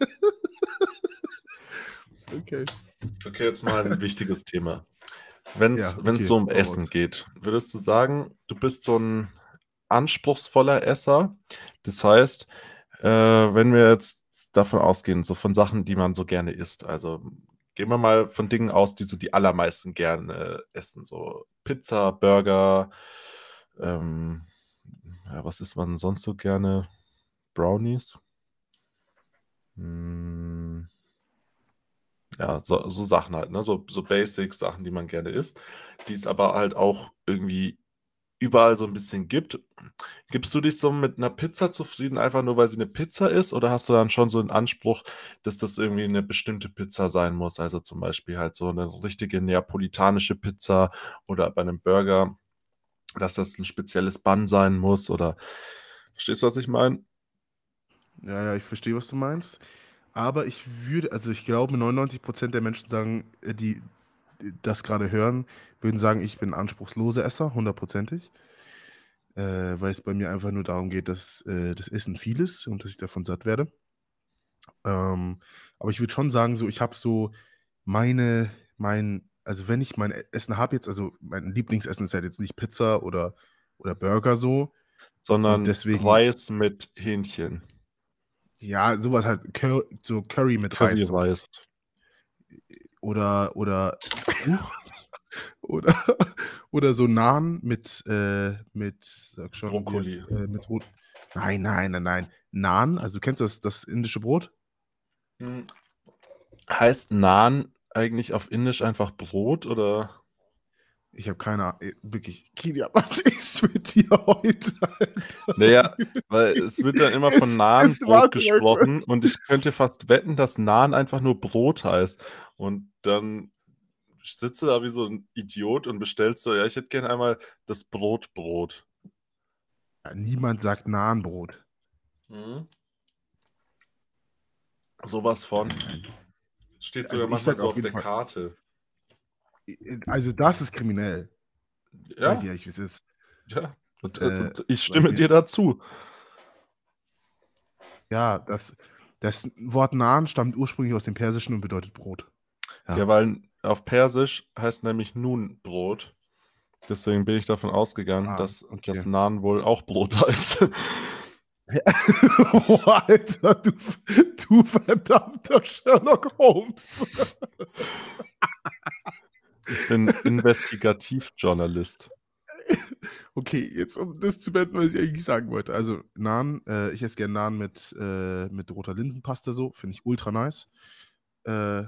Okay. Okay, jetzt mal ein wichtiges Thema. Wenn es Ja, wenn es okay, so um hau Essen raus. geht, würdest du sagen, du bist so ein anspruchsvoller Esser? Das heißt, äh, wenn wir jetzt davon ausgehen, so von Sachen, die man so gerne isst, also gehen wir mal von Dingen aus, die so die allermeisten gerne essen, so Pizza, Burger, ähm, ja, was isst man sonst so gerne? Brownies? Hm, ja, so, so Sachen halt, ne? So, so Basics-Sachen, die man gerne isst, die es aber halt auch irgendwie überall so ein bisschen gibt. Gibst du dich so mit einer Pizza zufrieden, einfach nur weil sie eine Pizza ist, oder hast du dann schon so einen Anspruch, dass das irgendwie eine bestimmte Pizza sein muss? Also zum Beispiel halt so eine richtige neapolitanische Pizza oder bei einem Burger, dass das ein spezielles Bun sein muss, oder verstehst du, was ich meine? Ja, ja, ich verstehe, was du meinst. Aber ich würde, also ich glaube, neunundneunzig Prozent der Menschen sagen, äh, die die das gerade hören, würden sagen, ich bin anspruchsloser Esser, hundertprozentig. Äh, weil es bei mir einfach nur darum geht, dass äh, das Essen viel ist und dass ich davon satt werde. Ähm, aber ich würde schon sagen, so, ich habe so meine, mein, also wenn ich mein Essen habe jetzt, also mein Lieblingsessen ist halt jetzt nicht Pizza oder, oder Burger so. Und Sondern deswegen, Reis mit Hähnchen. ja, sowas halt, Cur so Curry mit Reis so. Curry-Reis. Oder, oder, Huch, oder, oder so Naan mit, äh, mit, sag schon, wie heißt, Brokkoli. äh, mit Rot. Nein, nein, nein, nein. Naan, also du kennst das, das indische Brot? Hm. Heißt Naan eigentlich auf Indisch einfach Brot oder? Ich habe keine Ahnung, wirklich, Kilian, was ist mit dir heute, Alter? Naja, weil es wird dann immer von Jetzt, jetzt Nahenbrot warte mal gesprochen kurz. und ich könnte fast wetten, dass Naan einfach nur Brot heißt. Und dann sitzt du da wie so ein Idiot und bestellst so, ja, ich hätte gerne einmal das Brotbrot. Ja, niemand sagt Naanbrot. Mhm. Sowas von. Steht sogar Also ich manchmal sag so auf auf jeden der Fall, Karte. also das ist kriminell. Sag ich dir Ja, ehrlich, wie es ist. ja. Und, äh, Äh, und ich sag ich stimme dir, dir dazu. ja, das, das Wort Naan stammt ursprünglich aus dem Persischen und bedeutet Brot. Ja, Ja. weil auf Persisch heißt nämlich Nun Brot. Deswegen bin ich davon ausgegangen, Ah, dass das okay. Naan wohl auch Brot heißt. Oh, Alter, du, du verdammter Sherlock Holmes. Ich bin Investigativjournalist. Okay, jetzt um das zu beenden, was ich eigentlich sagen wollte. Also Naan, äh, ich esse gerne Naan mit, äh, mit roter Linsenpaste so, finde ich ultra nice. Äh,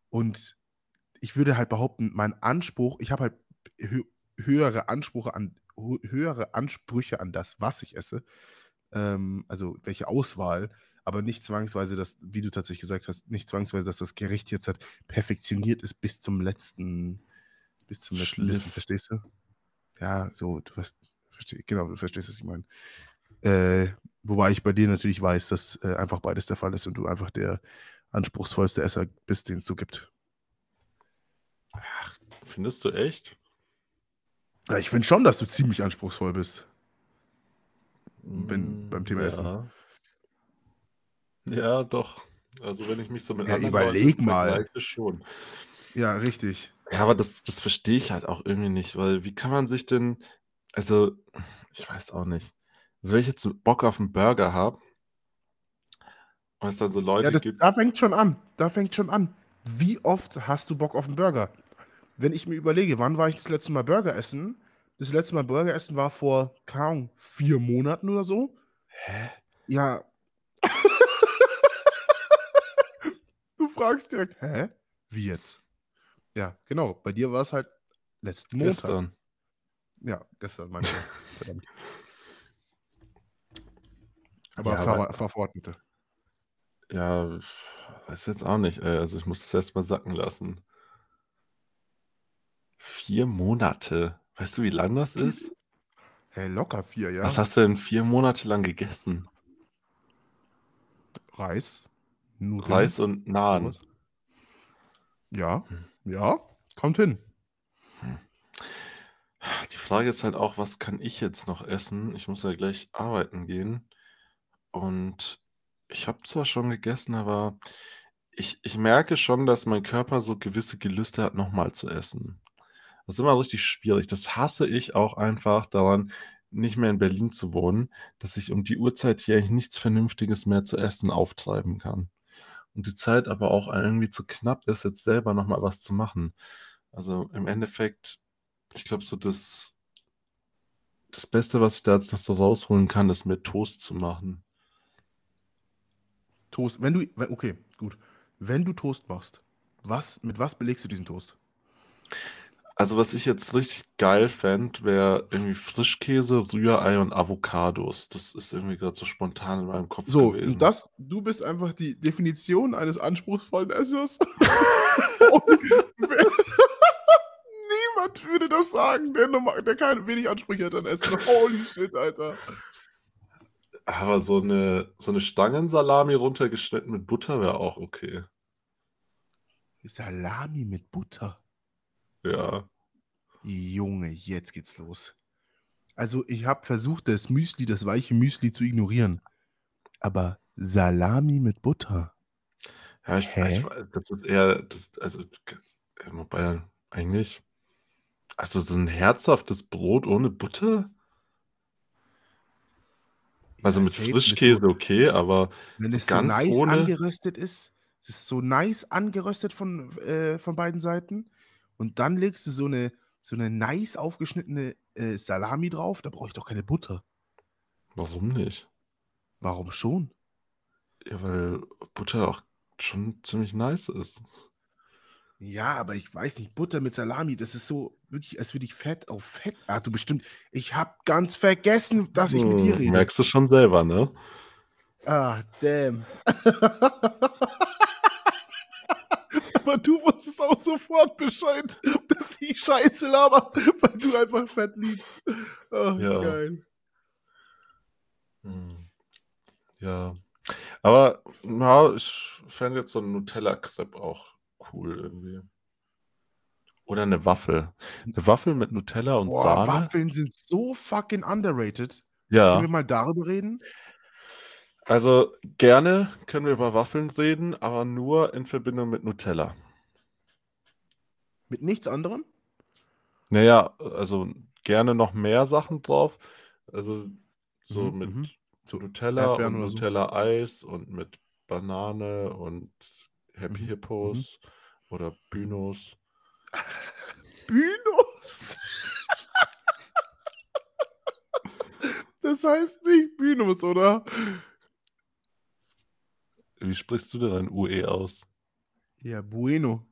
und ich würde halt behaupten, mein Anspruch, ich habe halt hö höhere Ansprüche an ho höhere Ansprüche an das, was ich esse, ähm, also welche Auswahl, aber nicht zwangsweise, dass, wie du tatsächlich gesagt hast, nicht zwangsweise, dass das Gericht jetzt halt perfektioniert ist bis zum letzten bis zum letzten Bissen, Schliff. verstehst du? Ja, so, du weißt versteh genau, du verstehst, was ich meine. Äh, wobei ich bei dir natürlich weiß, dass, äh, einfach beides der Fall ist und du einfach der anspruchsvollste Esser bist, den es so gibt. Ach, findest du echt? Ja, ich finde schon, dass du ziemlich anspruchsvoll bist. Wenn beim Hm, Thema Essen. ja. Ja, doch. Also, wenn ich mich so mit Ja, anderen Leuten überleg mal. vergleiche, schon. Ja, richtig. Ja, aber das das verstehe ich halt auch irgendwie nicht, weil wie kann man sich denn also, ich weiß auch nicht. Also, wenn ich jetzt so Bock auf 'n Burger habe und es dann so Ja, Leute das gibt da fängt's schon an. Da fängt's schon an. Wie oft hast du Bock auf 'n Burger? Wenn ich mir überlege, wann war ich das letzte Mal Burger essen? Das letzte Mal Burger essen war vor, keine Ahnung, vier Monaten oder so. Hä? Ja. Du fragst direkt: „Hä? Wie jetzt?“ Ja, genau. Bei dir war's halt letzten Montag. Gestern. Ja, gestern meine ich ja. Verdammt. Aber Ja, fahr aber wei fahr fort, bitte. Ja, weiß jetzt auch nicht, ey. Also, ich muss das erst mal sacken lassen. vier Monate. Weißt du, wie lang das ist? Hey, locker vier, Was ja. hast du denn vier Monate lang gegessen? Reis, Nudeln, Reis und so Naan. was. Ja, Hm. ja, kommt hin. Hm. Die Frage ist halt auch, was kann ich jetzt noch essen? Ich muss ja gleich arbeiten gehen. Und ich habe zwar schon gegessen, aber ich ich merke schon, dass mein Körper so gewisse Gelüste hat, noch mal zu essen. Das ist immer richtig schwierig. Das hasse ich auch einfach daran, nicht mehr in Berlin zu wohnen, dass ich um die Uhrzeit hier eigentlich nichts Vernünftiges mehr zu essen auftreiben kann. Und die Zeit aber auch irgendwie zu knapp ist, jetzt selber noch mal was zu machen. Also, im Endeffekt, ich glaube so, das das Beste, was ich da jetzt noch so rausholen kann, ist mir Toast zu machen. Toast, wenn du we okay, gut. Wenn du Toast machst, was mit was belegst du diesen Toast? Also, was ich jetzt richtig geil fände, wäre irgendwie Frischkäse, Rührei und Avocados. Das ist irgendwie grad so spontan in meinem Kopf So, und gewesen. das du bist einfach die Definition eines anspruchsvollen Essers. Wer niemand würde das sagen, der normal der keine wenig Ansprüche hat an Essen. Holy shit, Alter. Aber so 'ne so 'ne Stangensalami runtergeschnitten mit Butter wäre auch okay. Salami mit Butter? Ja. Junge, jetzt geht's los. Also, ich habe versucht, das Müsli das weiche Müsli zu ignorieren, aber Salami mit Butter? Ja, ich ich Hä? wei das ist eher das also, k äh, wobei eigentlich also, so 'n herzhaftes Brot ohne Butter? Also, Ja, mit safe, wenn es so Frischkäse okay, aber wenn so es so ganz nice ohne angeröstet ist. Es ist so nice angeröstet von äh, von beiden Seiten und dann legst du so 'ne so 'ne nice aufgeschnittene, äh, Salami drauf, da brauche ich doch keine Butter. Warum nicht? Warum schon? Ja, weil Butter auch schon ziemlich nice ist. Ja, aber ich weiß nicht, Butter mit Salami, das ist so wirklich, als würde ich Fett auf Fett ah, du bestimmt ich habe ganz vergessen, dass ich mit dir Hm, rede. merkst du schon selber, ne? Ah, damn. Aber du wusstest auch sofort Bescheid, dass ich Scheiße laber, weil du einfach Fett liebst. Ah, Ja. geil. Mhm. Ja. Aber, ja, ich fände jetzt so 'n Nutella-Crepe auch cool irgendwie. Oder 'ne Waffel. 'Ne Waffel mit Nutella und Boah, Sahne. Waffeln sind so fucking underrated. Können wir Ja. mal darüber reden? Also, gerne können wir über Waffeln reden, aber nur in Verbindung mit Nutella. Mit nichts anderem? Na ja, also, gerne noch mehr Sachen drauf. Also, so Mhm, mhm. mit So Nutella Erdbeeren und oder so? Nutella-Eis und mit Banane und Happy Mhm, mhm. Hippos oder Mhm. Bünos. Bünos? Das heißt nicht Bünos, oder? Wie sprichst du denn ein UE aus? Ja, Bueno.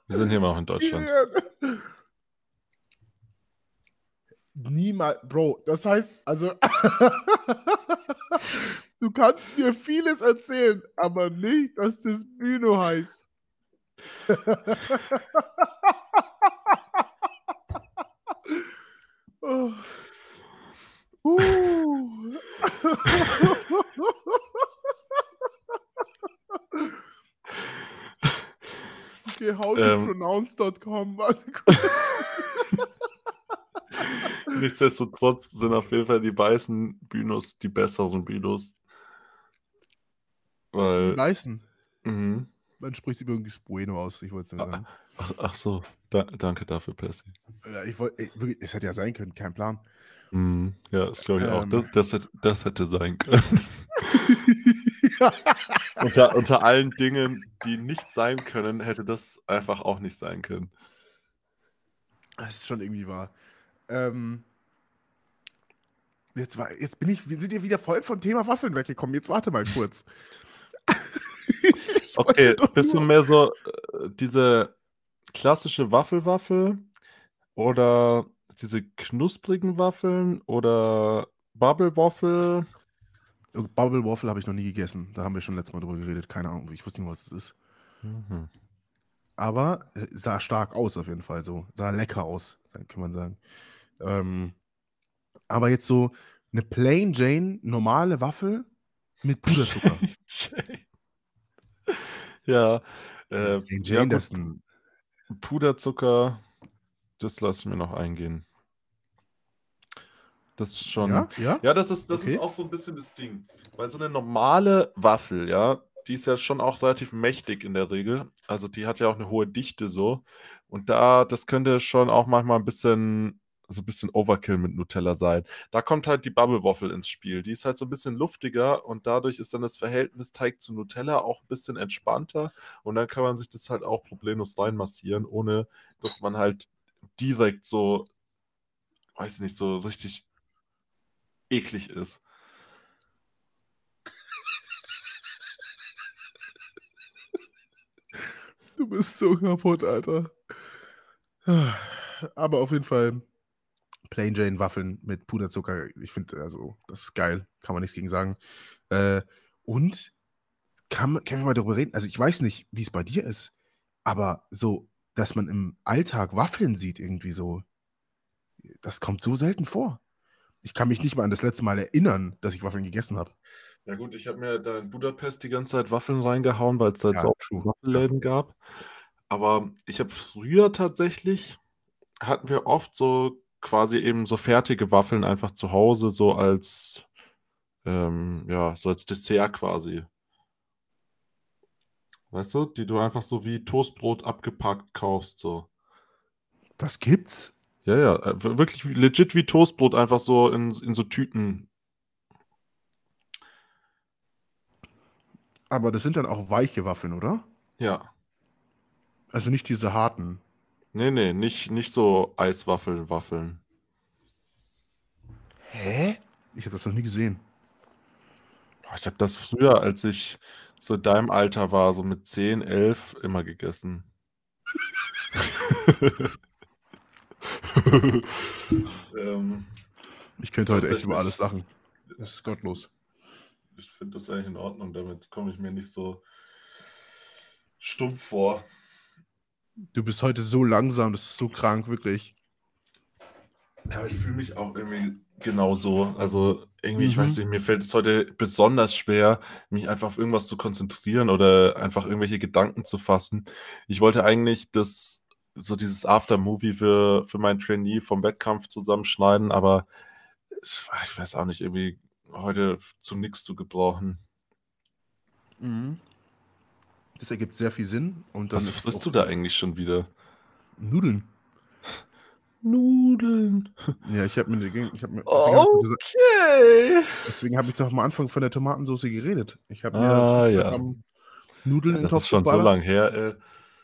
Wir sind hier mal auch in Deutschland. Niemals, Bro, das heißt, also, du kannst mir vieles erzählen, aber nicht, dass das Bühne heißt. Oh. Uh. Okay, how to Ähm. pronounce dot com. Nichtsdestotrotz sind auf jeden Fall die weißen Bünos die besseren Bünos. Die Weil weißen? Mhm. Man spricht sie übrigens Bueno aus, ich wollte es nur sagen. Ach ach so, da danke dafür, Percy. Ja, ich wollte ey, wirklich, es hätte ja sein können, kein Plan. Mhm. Ja, das glaube ich auch. Das Ähm. das hätte das hätte sein können. Unter unter allen Dingen, die nicht sein können, hätte das einfach auch nicht sein können. Das ist schon irgendwie wahr. Ähm. Jetzt war jetzt bin ich wir sind ja wieder voll vom Thema Waffeln weggekommen. Jetzt warte mal kurz. Ich wollte Okay, doch bist du nur mehr so, äh, diese klassische Waffel-Waffel oder diese knusprigen Waffeln oder Bubble Waffle? Bubble Waffle habe ich noch nie gegessen. Da haben wir schon letztes Mal drüber geredet. Keine Ahnung, ich wusste nicht mal, was das ist. Mhm. Aber, äh, sah stark aus auf jeden Fall so. Sah lecker aus, kann man sagen. Ähm, aber jetzt so 'ne Plain Jane normale Waffel mit Puderzucker. Plain Jane. Ja, Ja, äh, Plain ja Jane, gut. das 'n Puderzucker, das lasse ich mir noch eingehen. Das ist schon Ja, ja, ja, das ist das ist okay. auch so 'n bisschen das Ding. Weil so 'ne normale Waffel, ja, die ist ja schon auch relativ mächtig in der Regel. Also, die hat ja auch 'ne hohe Dichte so. Und da das könnte schon auch manchmal 'n bisschen so 'n bisschen Overkill mit Nutella sein. Da kommt halt die Bubble Waffle ins Spiel. Die ist halt so 'n bisschen luftiger und dadurch ist dann das Verhältnis Teig zu Nutella auch 'n bisschen entspannter. Und dann kann man sich das halt auch problemlos reinmassieren, ohne dass man halt direkt so weiß nicht, so richtig eklig ist. Du bist so kaputt, Alter. Aber auf jeden Fall Plain Jane Waffeln mit Puderzucker. Ich finde, also, das ist geil, kann man nix gegen sagen. Äh, und kann ma können wir mal darüber reden? Also, ich weiß nicht, wie's bei dir ist, aber so, dass man im Alltag Waffeln sieht irgendwie so das kommt so selten vor. Ich kann mich nicht mal an das letzte Mal erinnern, dass ich Waffeln gegessen habe. Ja gut, ich habe mir da in Budapest die ganze Zeit Waffeln reingehauen, weil's da jetzt Ja, auch true. Ja. Waffelläden gab. Aber ich habe früher tatsächlich hatten wir oft so quasi eben so fertige Waffeln einfach zu Hause, so als ähm, ja, so als Dessert quasi. Weißt du, die du einfach so wie Toastbrot abgepackt kaufst, so. Das gibt's? Ja, ja, äh, w wirklich wie legit wie Toastbrot, einfach so in in so Tüten. Aber das sind dann auch weiche Waffeln, oder? Ja. Also, nicht diese harten? Ne, ne, nicht nicht so Eiswaffel-Waffeln. Hä? Ich habe das noch nie gesehen. Oh, ich habe das früher, als ich so in deinem Alter war, so mit zehn, elf immer gegessen. Ähm, Ich könnte heute echt über alles tatsächlich lachen. Das ist gottlos. Ich finde das eigentlich in Ordnung, damit komme ich mir nicht so stumpf vor. Du bist heute so langsam, das ist so krank, wirklich. Ja, aber ich fühle mich auch irgendwie genauso. Also, irgendwie, ich weiß Mhm. nicht, mir fällt es heute besonders schwer, mich einfach auf irgendwas zu konzentrieren oder einfach irgendwelche Gedanken zu fassen. Ich wollte eigentlich das so dieses Aftermovie für für mein Trainee vom Wettkampf zusammenschneiden, aber ich wei ich weiß auch nicht, irgendwie heute f zu nix zu gebrauchen. Mhm. Das ergibt sehr viel Sinn und dann Was ist es frisst auch du da eigentlich schon wieder? Nudeln. Nudeln. Ja, ich habe mir ich habe mir deswegen habe ich doch gesa Okay. deswegen habe ich doch am Anfang von der Tomatensoße geredet. Ich habe mir Ah, fünfhundert ja. Gramm Nudeln Ja, in 'n das ist Topf schon so geballert. lang her, ey.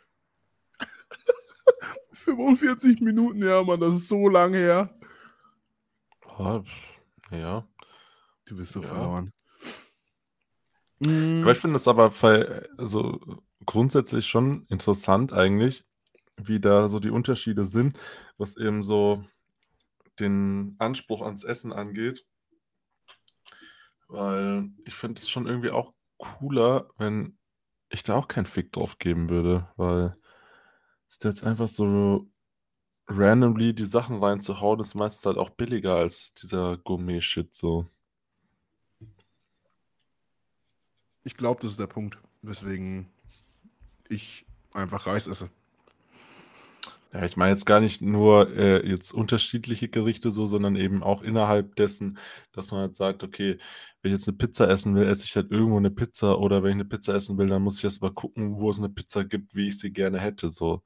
fünfundvierzig Minuten, ja, Mann, das ist so lang her. Ah, ja. Du bist so Ja. verloren. Aber Hm. ich finde es aber bei also, grundsätzlich schon interessant eigentlich, wie da so die Unterschiede sind, was eben so den Anspruch ans Essen angeht. Weil ich finde es schon irgendwie auch cooler, wenn ich da auch keinen Fick drauf geben würde, weil ist jetzt einfach so randomly die Sachen reinzuhauen, ist meistens halt auch billiger als dieser Gourmet-Shit so. Ich glaube, das ist der Punkt, weswegen ich einfach Reis esse. Ja, ich meine jetzt gar nicht nur äh, jetzt unterschiedliche Gerichte so, sondern eben auch innerhalb dessen, dass man halt sagt, okay, wenn ich jetzt eine Pizza essen will, esse ich halt irgendwo eine Pizza oder wenn ich eine Pizza essen will, dann muss ich erst mal gucken, wo es eine Pizza gibt, wie ich sie gerne hätte, so.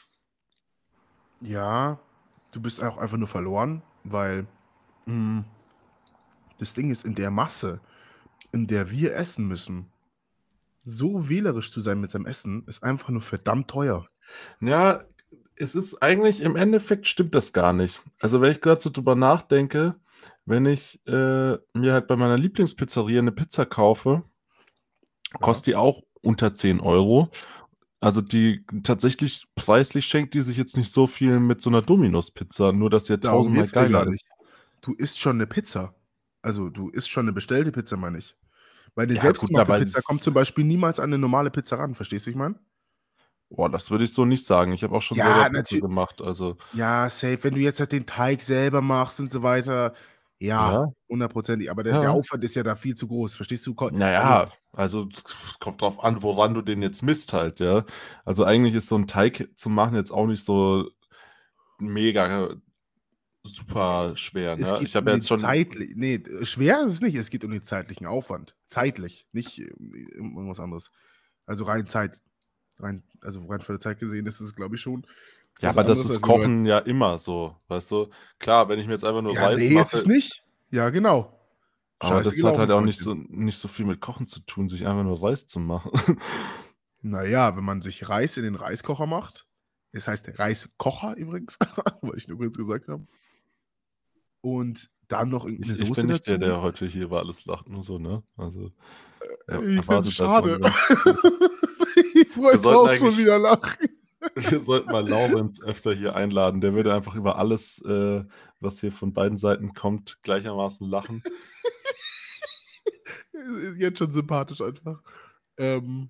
Ja, du bist auch einfach nur verloren, weil mh, das Ding ist, in der Masse, in der wir essen müssen, so wählerisch zu sein mit seinem Essen, ist einfach nur verdammt teuer. Ja, es ist eigentlich im Endeffekt stimmt das gar nicht. Also wenn ich gerade so drüber nachdenke, wenn ich äh, mir halt bei meiner Lieblingspizzeria eine Pizza kaufe, Ja. kostet die auch unter zehn Euro. Also die tatsächlich preislich schenkt die sich jetzt nicht so viel mit so einer Domino's-Pizza, nur dass sie halt Darum tausendmal geht's mir geiler gar ist. nicht. Du isst schon eine Pizza. Also, du isst schon eine bestellte Pizza, meine ich. Weil eine Ja gut, selbstgemachte aber Pizza kommt das, zum Beispiel niemals an eine normale Pizza ran. Verstehst du, wie ich meine? boah, das würde ich so nicht sagen. Ich habe auch schon selber Ja, Pizza natü gemacht, also ja, safe. Wenn du jetzt halt den Teig selber machst und so weiter, ja, ja, hundertprozentig. Aber der der ja. Aufwand ist ja da viel zu groß. Verstehst du? Ko Na also, ja, also es kommt drauf an, woran du den jetzt misst halt, ja. Also eigentlich ist so ein Teig zu machen jetzt auch nicht so mega super schwer, es ne? geht Ich um habe ja den jetzt schon, zeitli ne, schwer ist es nicht. Es geht um den zeitlichen Aufwand. Zeitlich, nicht, ähm, irgendwas anderes. Also, rein Zeit rein also, rein von der Zeit gesehen ist es, glaube ich, schon ja, was aber das anderes, ist als wenn du halt Kochen ja immer so, weißt du? Klar, wenn ich mir jetzt einfach nur ja, Reis ne, ist es mache, nicht. Ja, genau. aber Scheiße das hat gelaufen, halt auch nicht Freundchen. so nicht so viel mit Kochen zu tun, sich einfach nur Reis zu machen. Na ja, wenn man sich Reis in den Reiskocher macht, es heißt Reiskocher übrigens, wollte ich nur kurz gesagt haben, und dann noch irgend 'ne Ich ich bin Soße nicht der, dazu. der heute hier über alles lacht, nur so, ne? Also, er Äh, ich finde es erwartet halt schade. schon ganz Ich wir wollte sollten auch schon eigentlich wieder lachen. wir sollten mal Laurenz öfter hier einladen. Der würde einfach über alles, äh, was hier von beiden Seiten kommt, gleichermaßen lachen. Äh, jetzt schon sympathisch einfach. Ähm,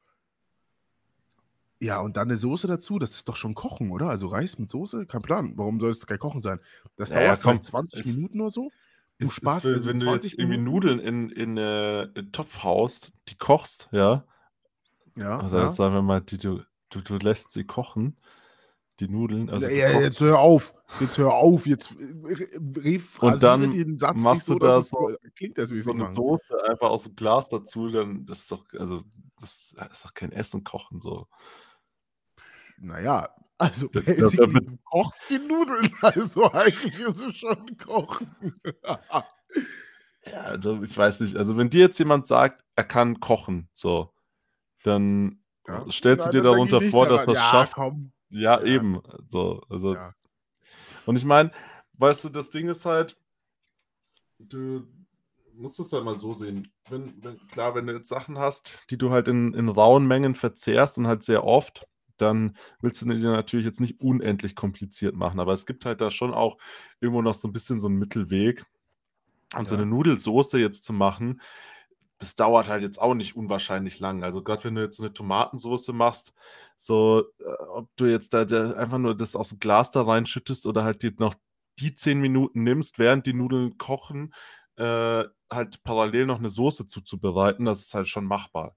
ja, und dann 'ne Soße dazu, das ist doch schon Kochen, oder? Also, Reis mit Soße? Kein Plan. Warum soll es kein Kochen sein? Das Na ja, dauert vielleicht komm, zwanzig es Minuten oder so? Um ist ist Spaß für also, wenn du jetzt zwanzig irgendwie Minuten? Nudeln in in, äh, in Topf haust, die kochst, ja, Ja, oder ja. sagen wir mal, die du du du lässt sie kochen, die Nudeln, Na also du ja, kochst jetzt hör auf. Jetzt hör auf. Jetzt, äh, und rephrasiere dann den Satz nicht machst du so, dass da es so so klingt, als würde ich's so nicht 'ne machen. Soße einfach aus'm Glas dazu, dann das ist doch also, das ist doch kein Essen kochen so. Na ja, also Da da da basically, wird du kochst die Nudeln, also eigentlich ist es schon Kochen. ja, also, ich weiß nicht. Also, wenn dir jetzt jemand sagt, er kann kochen, so, dann Ja, stellst du nein, dir dann denke ich darunter nicht vor, dass daran. er's Ja, schafft komm. ja, Ja, eben, so, also ja. und ich meine, weißt du, das Ding ist halt, du musst es halt mal so sehen. Wenn wenn klar, wenn du jetzt Sachen hast, die du halt in in rauen Mengen verzehrst und halt sehr oft, dann willst du dir natürlich jetzt nicht unendlich kompliziert machen. Aber es gibt halt da schon auch irgendwo noch so 'n bisschen so 'n Mittelweg. Und so 'ne Ja. Nudelsoße jetzt zu machen, das dauert halt jetzt auch nicht unwahrscheinlich lang. Also, grad wenn du jetzt so 'ne Tomatensoße machst, so, äh, ob du jetzt da da einfach nur das aus'm Glas da reinschüttest oder halt dir noch die zehn Minuten nimmst, während die Nudeln kochen, äh, halt parallel noch 'ne Soße zuzubereiten, das ist halt schon machbar.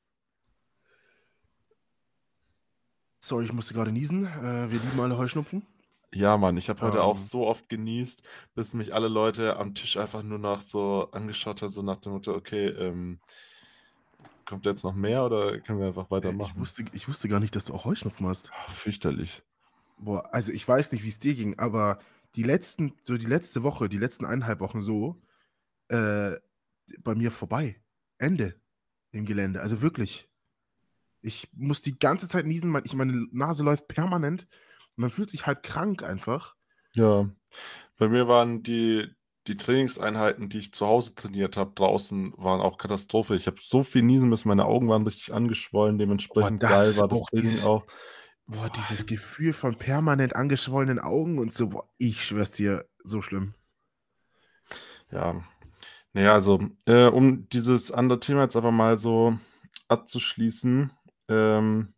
Sorry, ich musste grade niesen. Äh, wir lieben alle Heuschnupfen. Ja, Mann, ich habe heute auch Ähm, so oft genießt, bis mich alle Leute am Tisch einfach nur noch so angeschaut haben, so nach dem Motto: „Okay, ähm, kommt jetzt noch mehr oder können wir einfach äh, ich weitermachen?“ wusste ich wusste gar nicht, dass du auch Heuschnupfen hast. Ah, fürchterlich. Boah, also, ich weiß nicht, wie's dir ging, aber die letzten so die letzte Woche, die letzten eineinhalb Wochen so, äh, bei mir vorbei. Ende im Gelände. Also, wirklich. Ich muss die ganze Zeit niesen, mein ich meine Nase läuft permanent. Man fühlt sich halt krank einfach. Ja, bei mir waren die die Trainingseinheiten, die ich zu Hause trainiert habe, draußen, waren auch Katastrophe. Ich habe so viel niesen müssen, meine Augen waren richtig angeschwollen, Boah, dementsprechend das geil ist war das auch Training dieses auch. Boah, Boah, dieses Gefühl von permanent angeschwollenen Augen und so, boah, ich schwöre es dir, so schlimm. ja. Na ja, also, äh, um dieses andere Thema jetzt aber mal so abzuschließen, ähm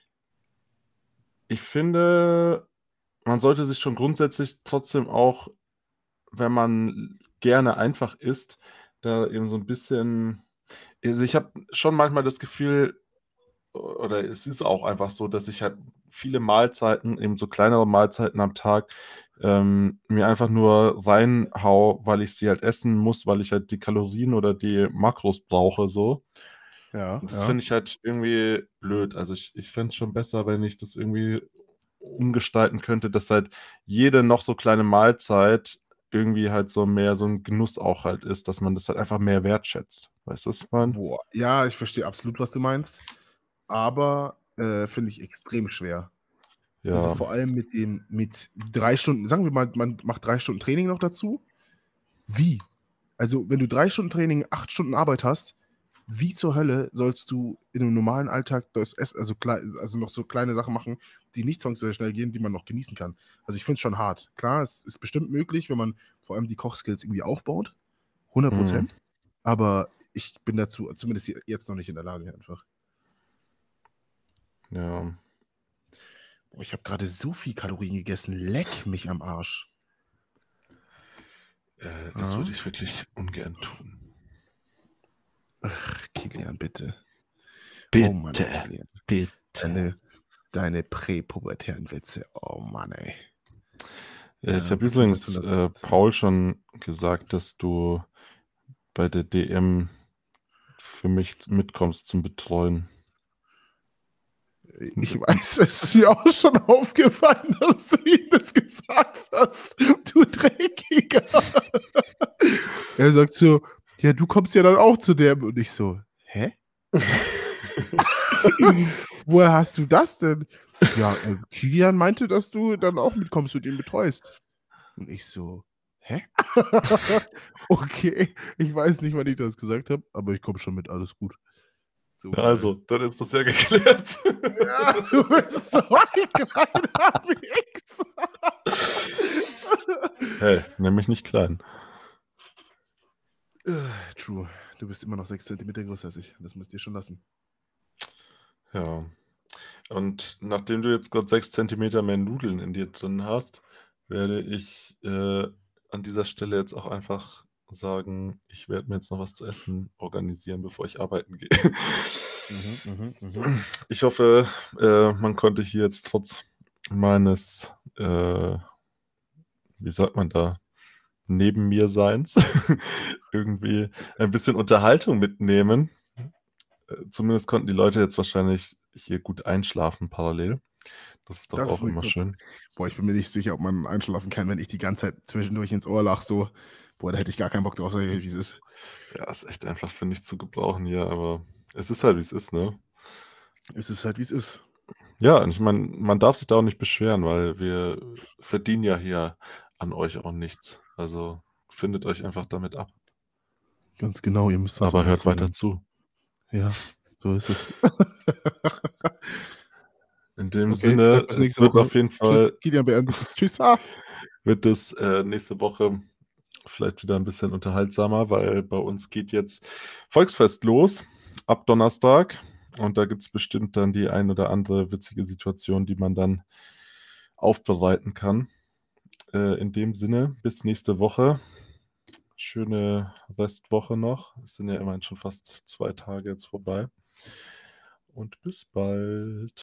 ich finde, man sollte sich schon grundsätzlich trotzdem auch, wenn man gerne einfach isst, da eben so 'n bisschen also, ich habe schon manchmal das Gefühl o oder es ist auch einfach so, dass ich halt viele Mahlzeiten, eben so kleinere Mahlzeiten am Tag, ähm, mir einfach nur reinhaue, weil ich sie halt essen muss, weil ich halt die Kalorien oder die Makros brauche so. Ja, Und das ja. finde ich halt irgendwie blöd. Also, ich ich fände es schon besser, wenn ich das irgendwie umgestalten könnte, dass halt jede noch so kleine Mahlzeit irgendwie halt so mehr so 'n Genuss auch halt ist, dass man das halt einfach mehr wertschätzt. Weißt du, was ich meine? Boah, ja, ich verstehe absolut, was du meinst, aber, äh, finde ich extrem schwer. Also, Ja. vor allem mit dem mit drei Stunden sagen wir mal, man macht drei Stunden Training noch dazu. Wie? Also, wenn du drei Stunden Training, acht Stunden Arbeit hast, wie zur Hölle sollst du in 'nem normalen Alltag das Ess also, klei also, noch so kleine Sachen machen, die nicht zwangsweise schnell gehen, die man noch genießen kann? Also, ich finde es schon hart. Klar, es ist bestimmt möglich, wenn man vor allem die Kochskills irgendwie aufbaut, hundert Mhm. Prozent, aber ich bin dazu zumindest j jetzt noch nicht in der Lage einfach. Ja. Boah, ich habe grade so viel Kalorien gegessen. Leck mich am Arsch. Äh, das würde Ja. ich wirklich ungern tun. Ach, Kilian, bitte. Oh Mann, ey, Bitte, Kilian. bitte. Deine deine präpubertären Witze. Oh Mann, ey. Äh, ich Ja, habe bitte das übrigens, hundert äh, Prozent. Paul schon gesagt, dass du bei der DM für mich z mitkommst zum Betreuen. Äh, ich weiß, es ist mir auch schon aufgefallen, dass du ihm das gesagt hast, du Dreckiger. Er sagt so: „Ja, du kommst ja dann auch zu dem“ und ich so: „Hä?“ „Woher hast du das denn?“ „Ja, äh, Kilian meinte, dass du dann auch mitkommst und ihn betreust.“ Und ich so: „Hä?“ „Okay, ich weiß nicht, wann ich das gesagt habe, aber ich komme schon mit, alles gut.“ So geil. Also, dann ist das ja geklärt. Ja, du bist so ein kleiner Wichser. Hey, nenn mich nicht klein. True. Du bist immer noch sechs Zentimeter größer als ich. Das muss ich dir schon lassen. Ja. Und nachdem du jetzt grad sechs Zentimeter mehr Nudeln in dir drin hast, werde ich, äh, an dieser Stelle jetzt auch einfach sagen, ich werde mir jetzt noch was zu essen organisieren, bevor ich arbeiten gehe. Mhm, mhm, mhm. Ich hoffe, äh, man konnte hier jetzt trotz meines, äh wie sagt man da, Neben-mir-Seins irgendwie ein bisschen Unterhaltung mitnehmen. Äh, zumindest konnten die Leute jetzt wahrscheinlich hier gut einschlafen parallel. Das ist doch Das ist auch 'ne immer kurze schön. boah, ich bin mir nicht sicher, ob man einschlafen kann, wenn ich die ganze Zeit zwischendurch ins Ohr lache so. Boah, da hätte ich gar keinen Bock drauf, sage ich dir, wie's ist. Ja, ist echt einfach für nichts zu gebrauchen hier, aber es ist halt, wie's ist, ne? Es ist halt, wie's ist. Ja, und ich meine, man darf sich da auch nicht beschweren, weil wir verdienen ja hier an euch auch nichts. Also, findet euch einfach damit ab. Ganz genau, ihr müsst uns auch Aber nix hört weiter finden. zu. Ja, so ist es. In dem Okay, ich sage Sinne, bis es nächste wird Woche. auf jeden Tschüss, Fall Kilian beendet es. Tschüss, ah. wird es, äh, nächste Woche vielleicht wieder 'n bisschen unterhaltsamer, weil bei uns geht jetzt Volksfest los ab Donnerstag und da gibt's bestimmt dann die ein oder andere witzige Situation, die man dann aufbereiten kann. Äh, in dem Sinne, bis nächste Woche. Schöne Restwoche noch. Es sind ja immerhin schon fast zwei Tage jetzt vorbei. Und bis bald.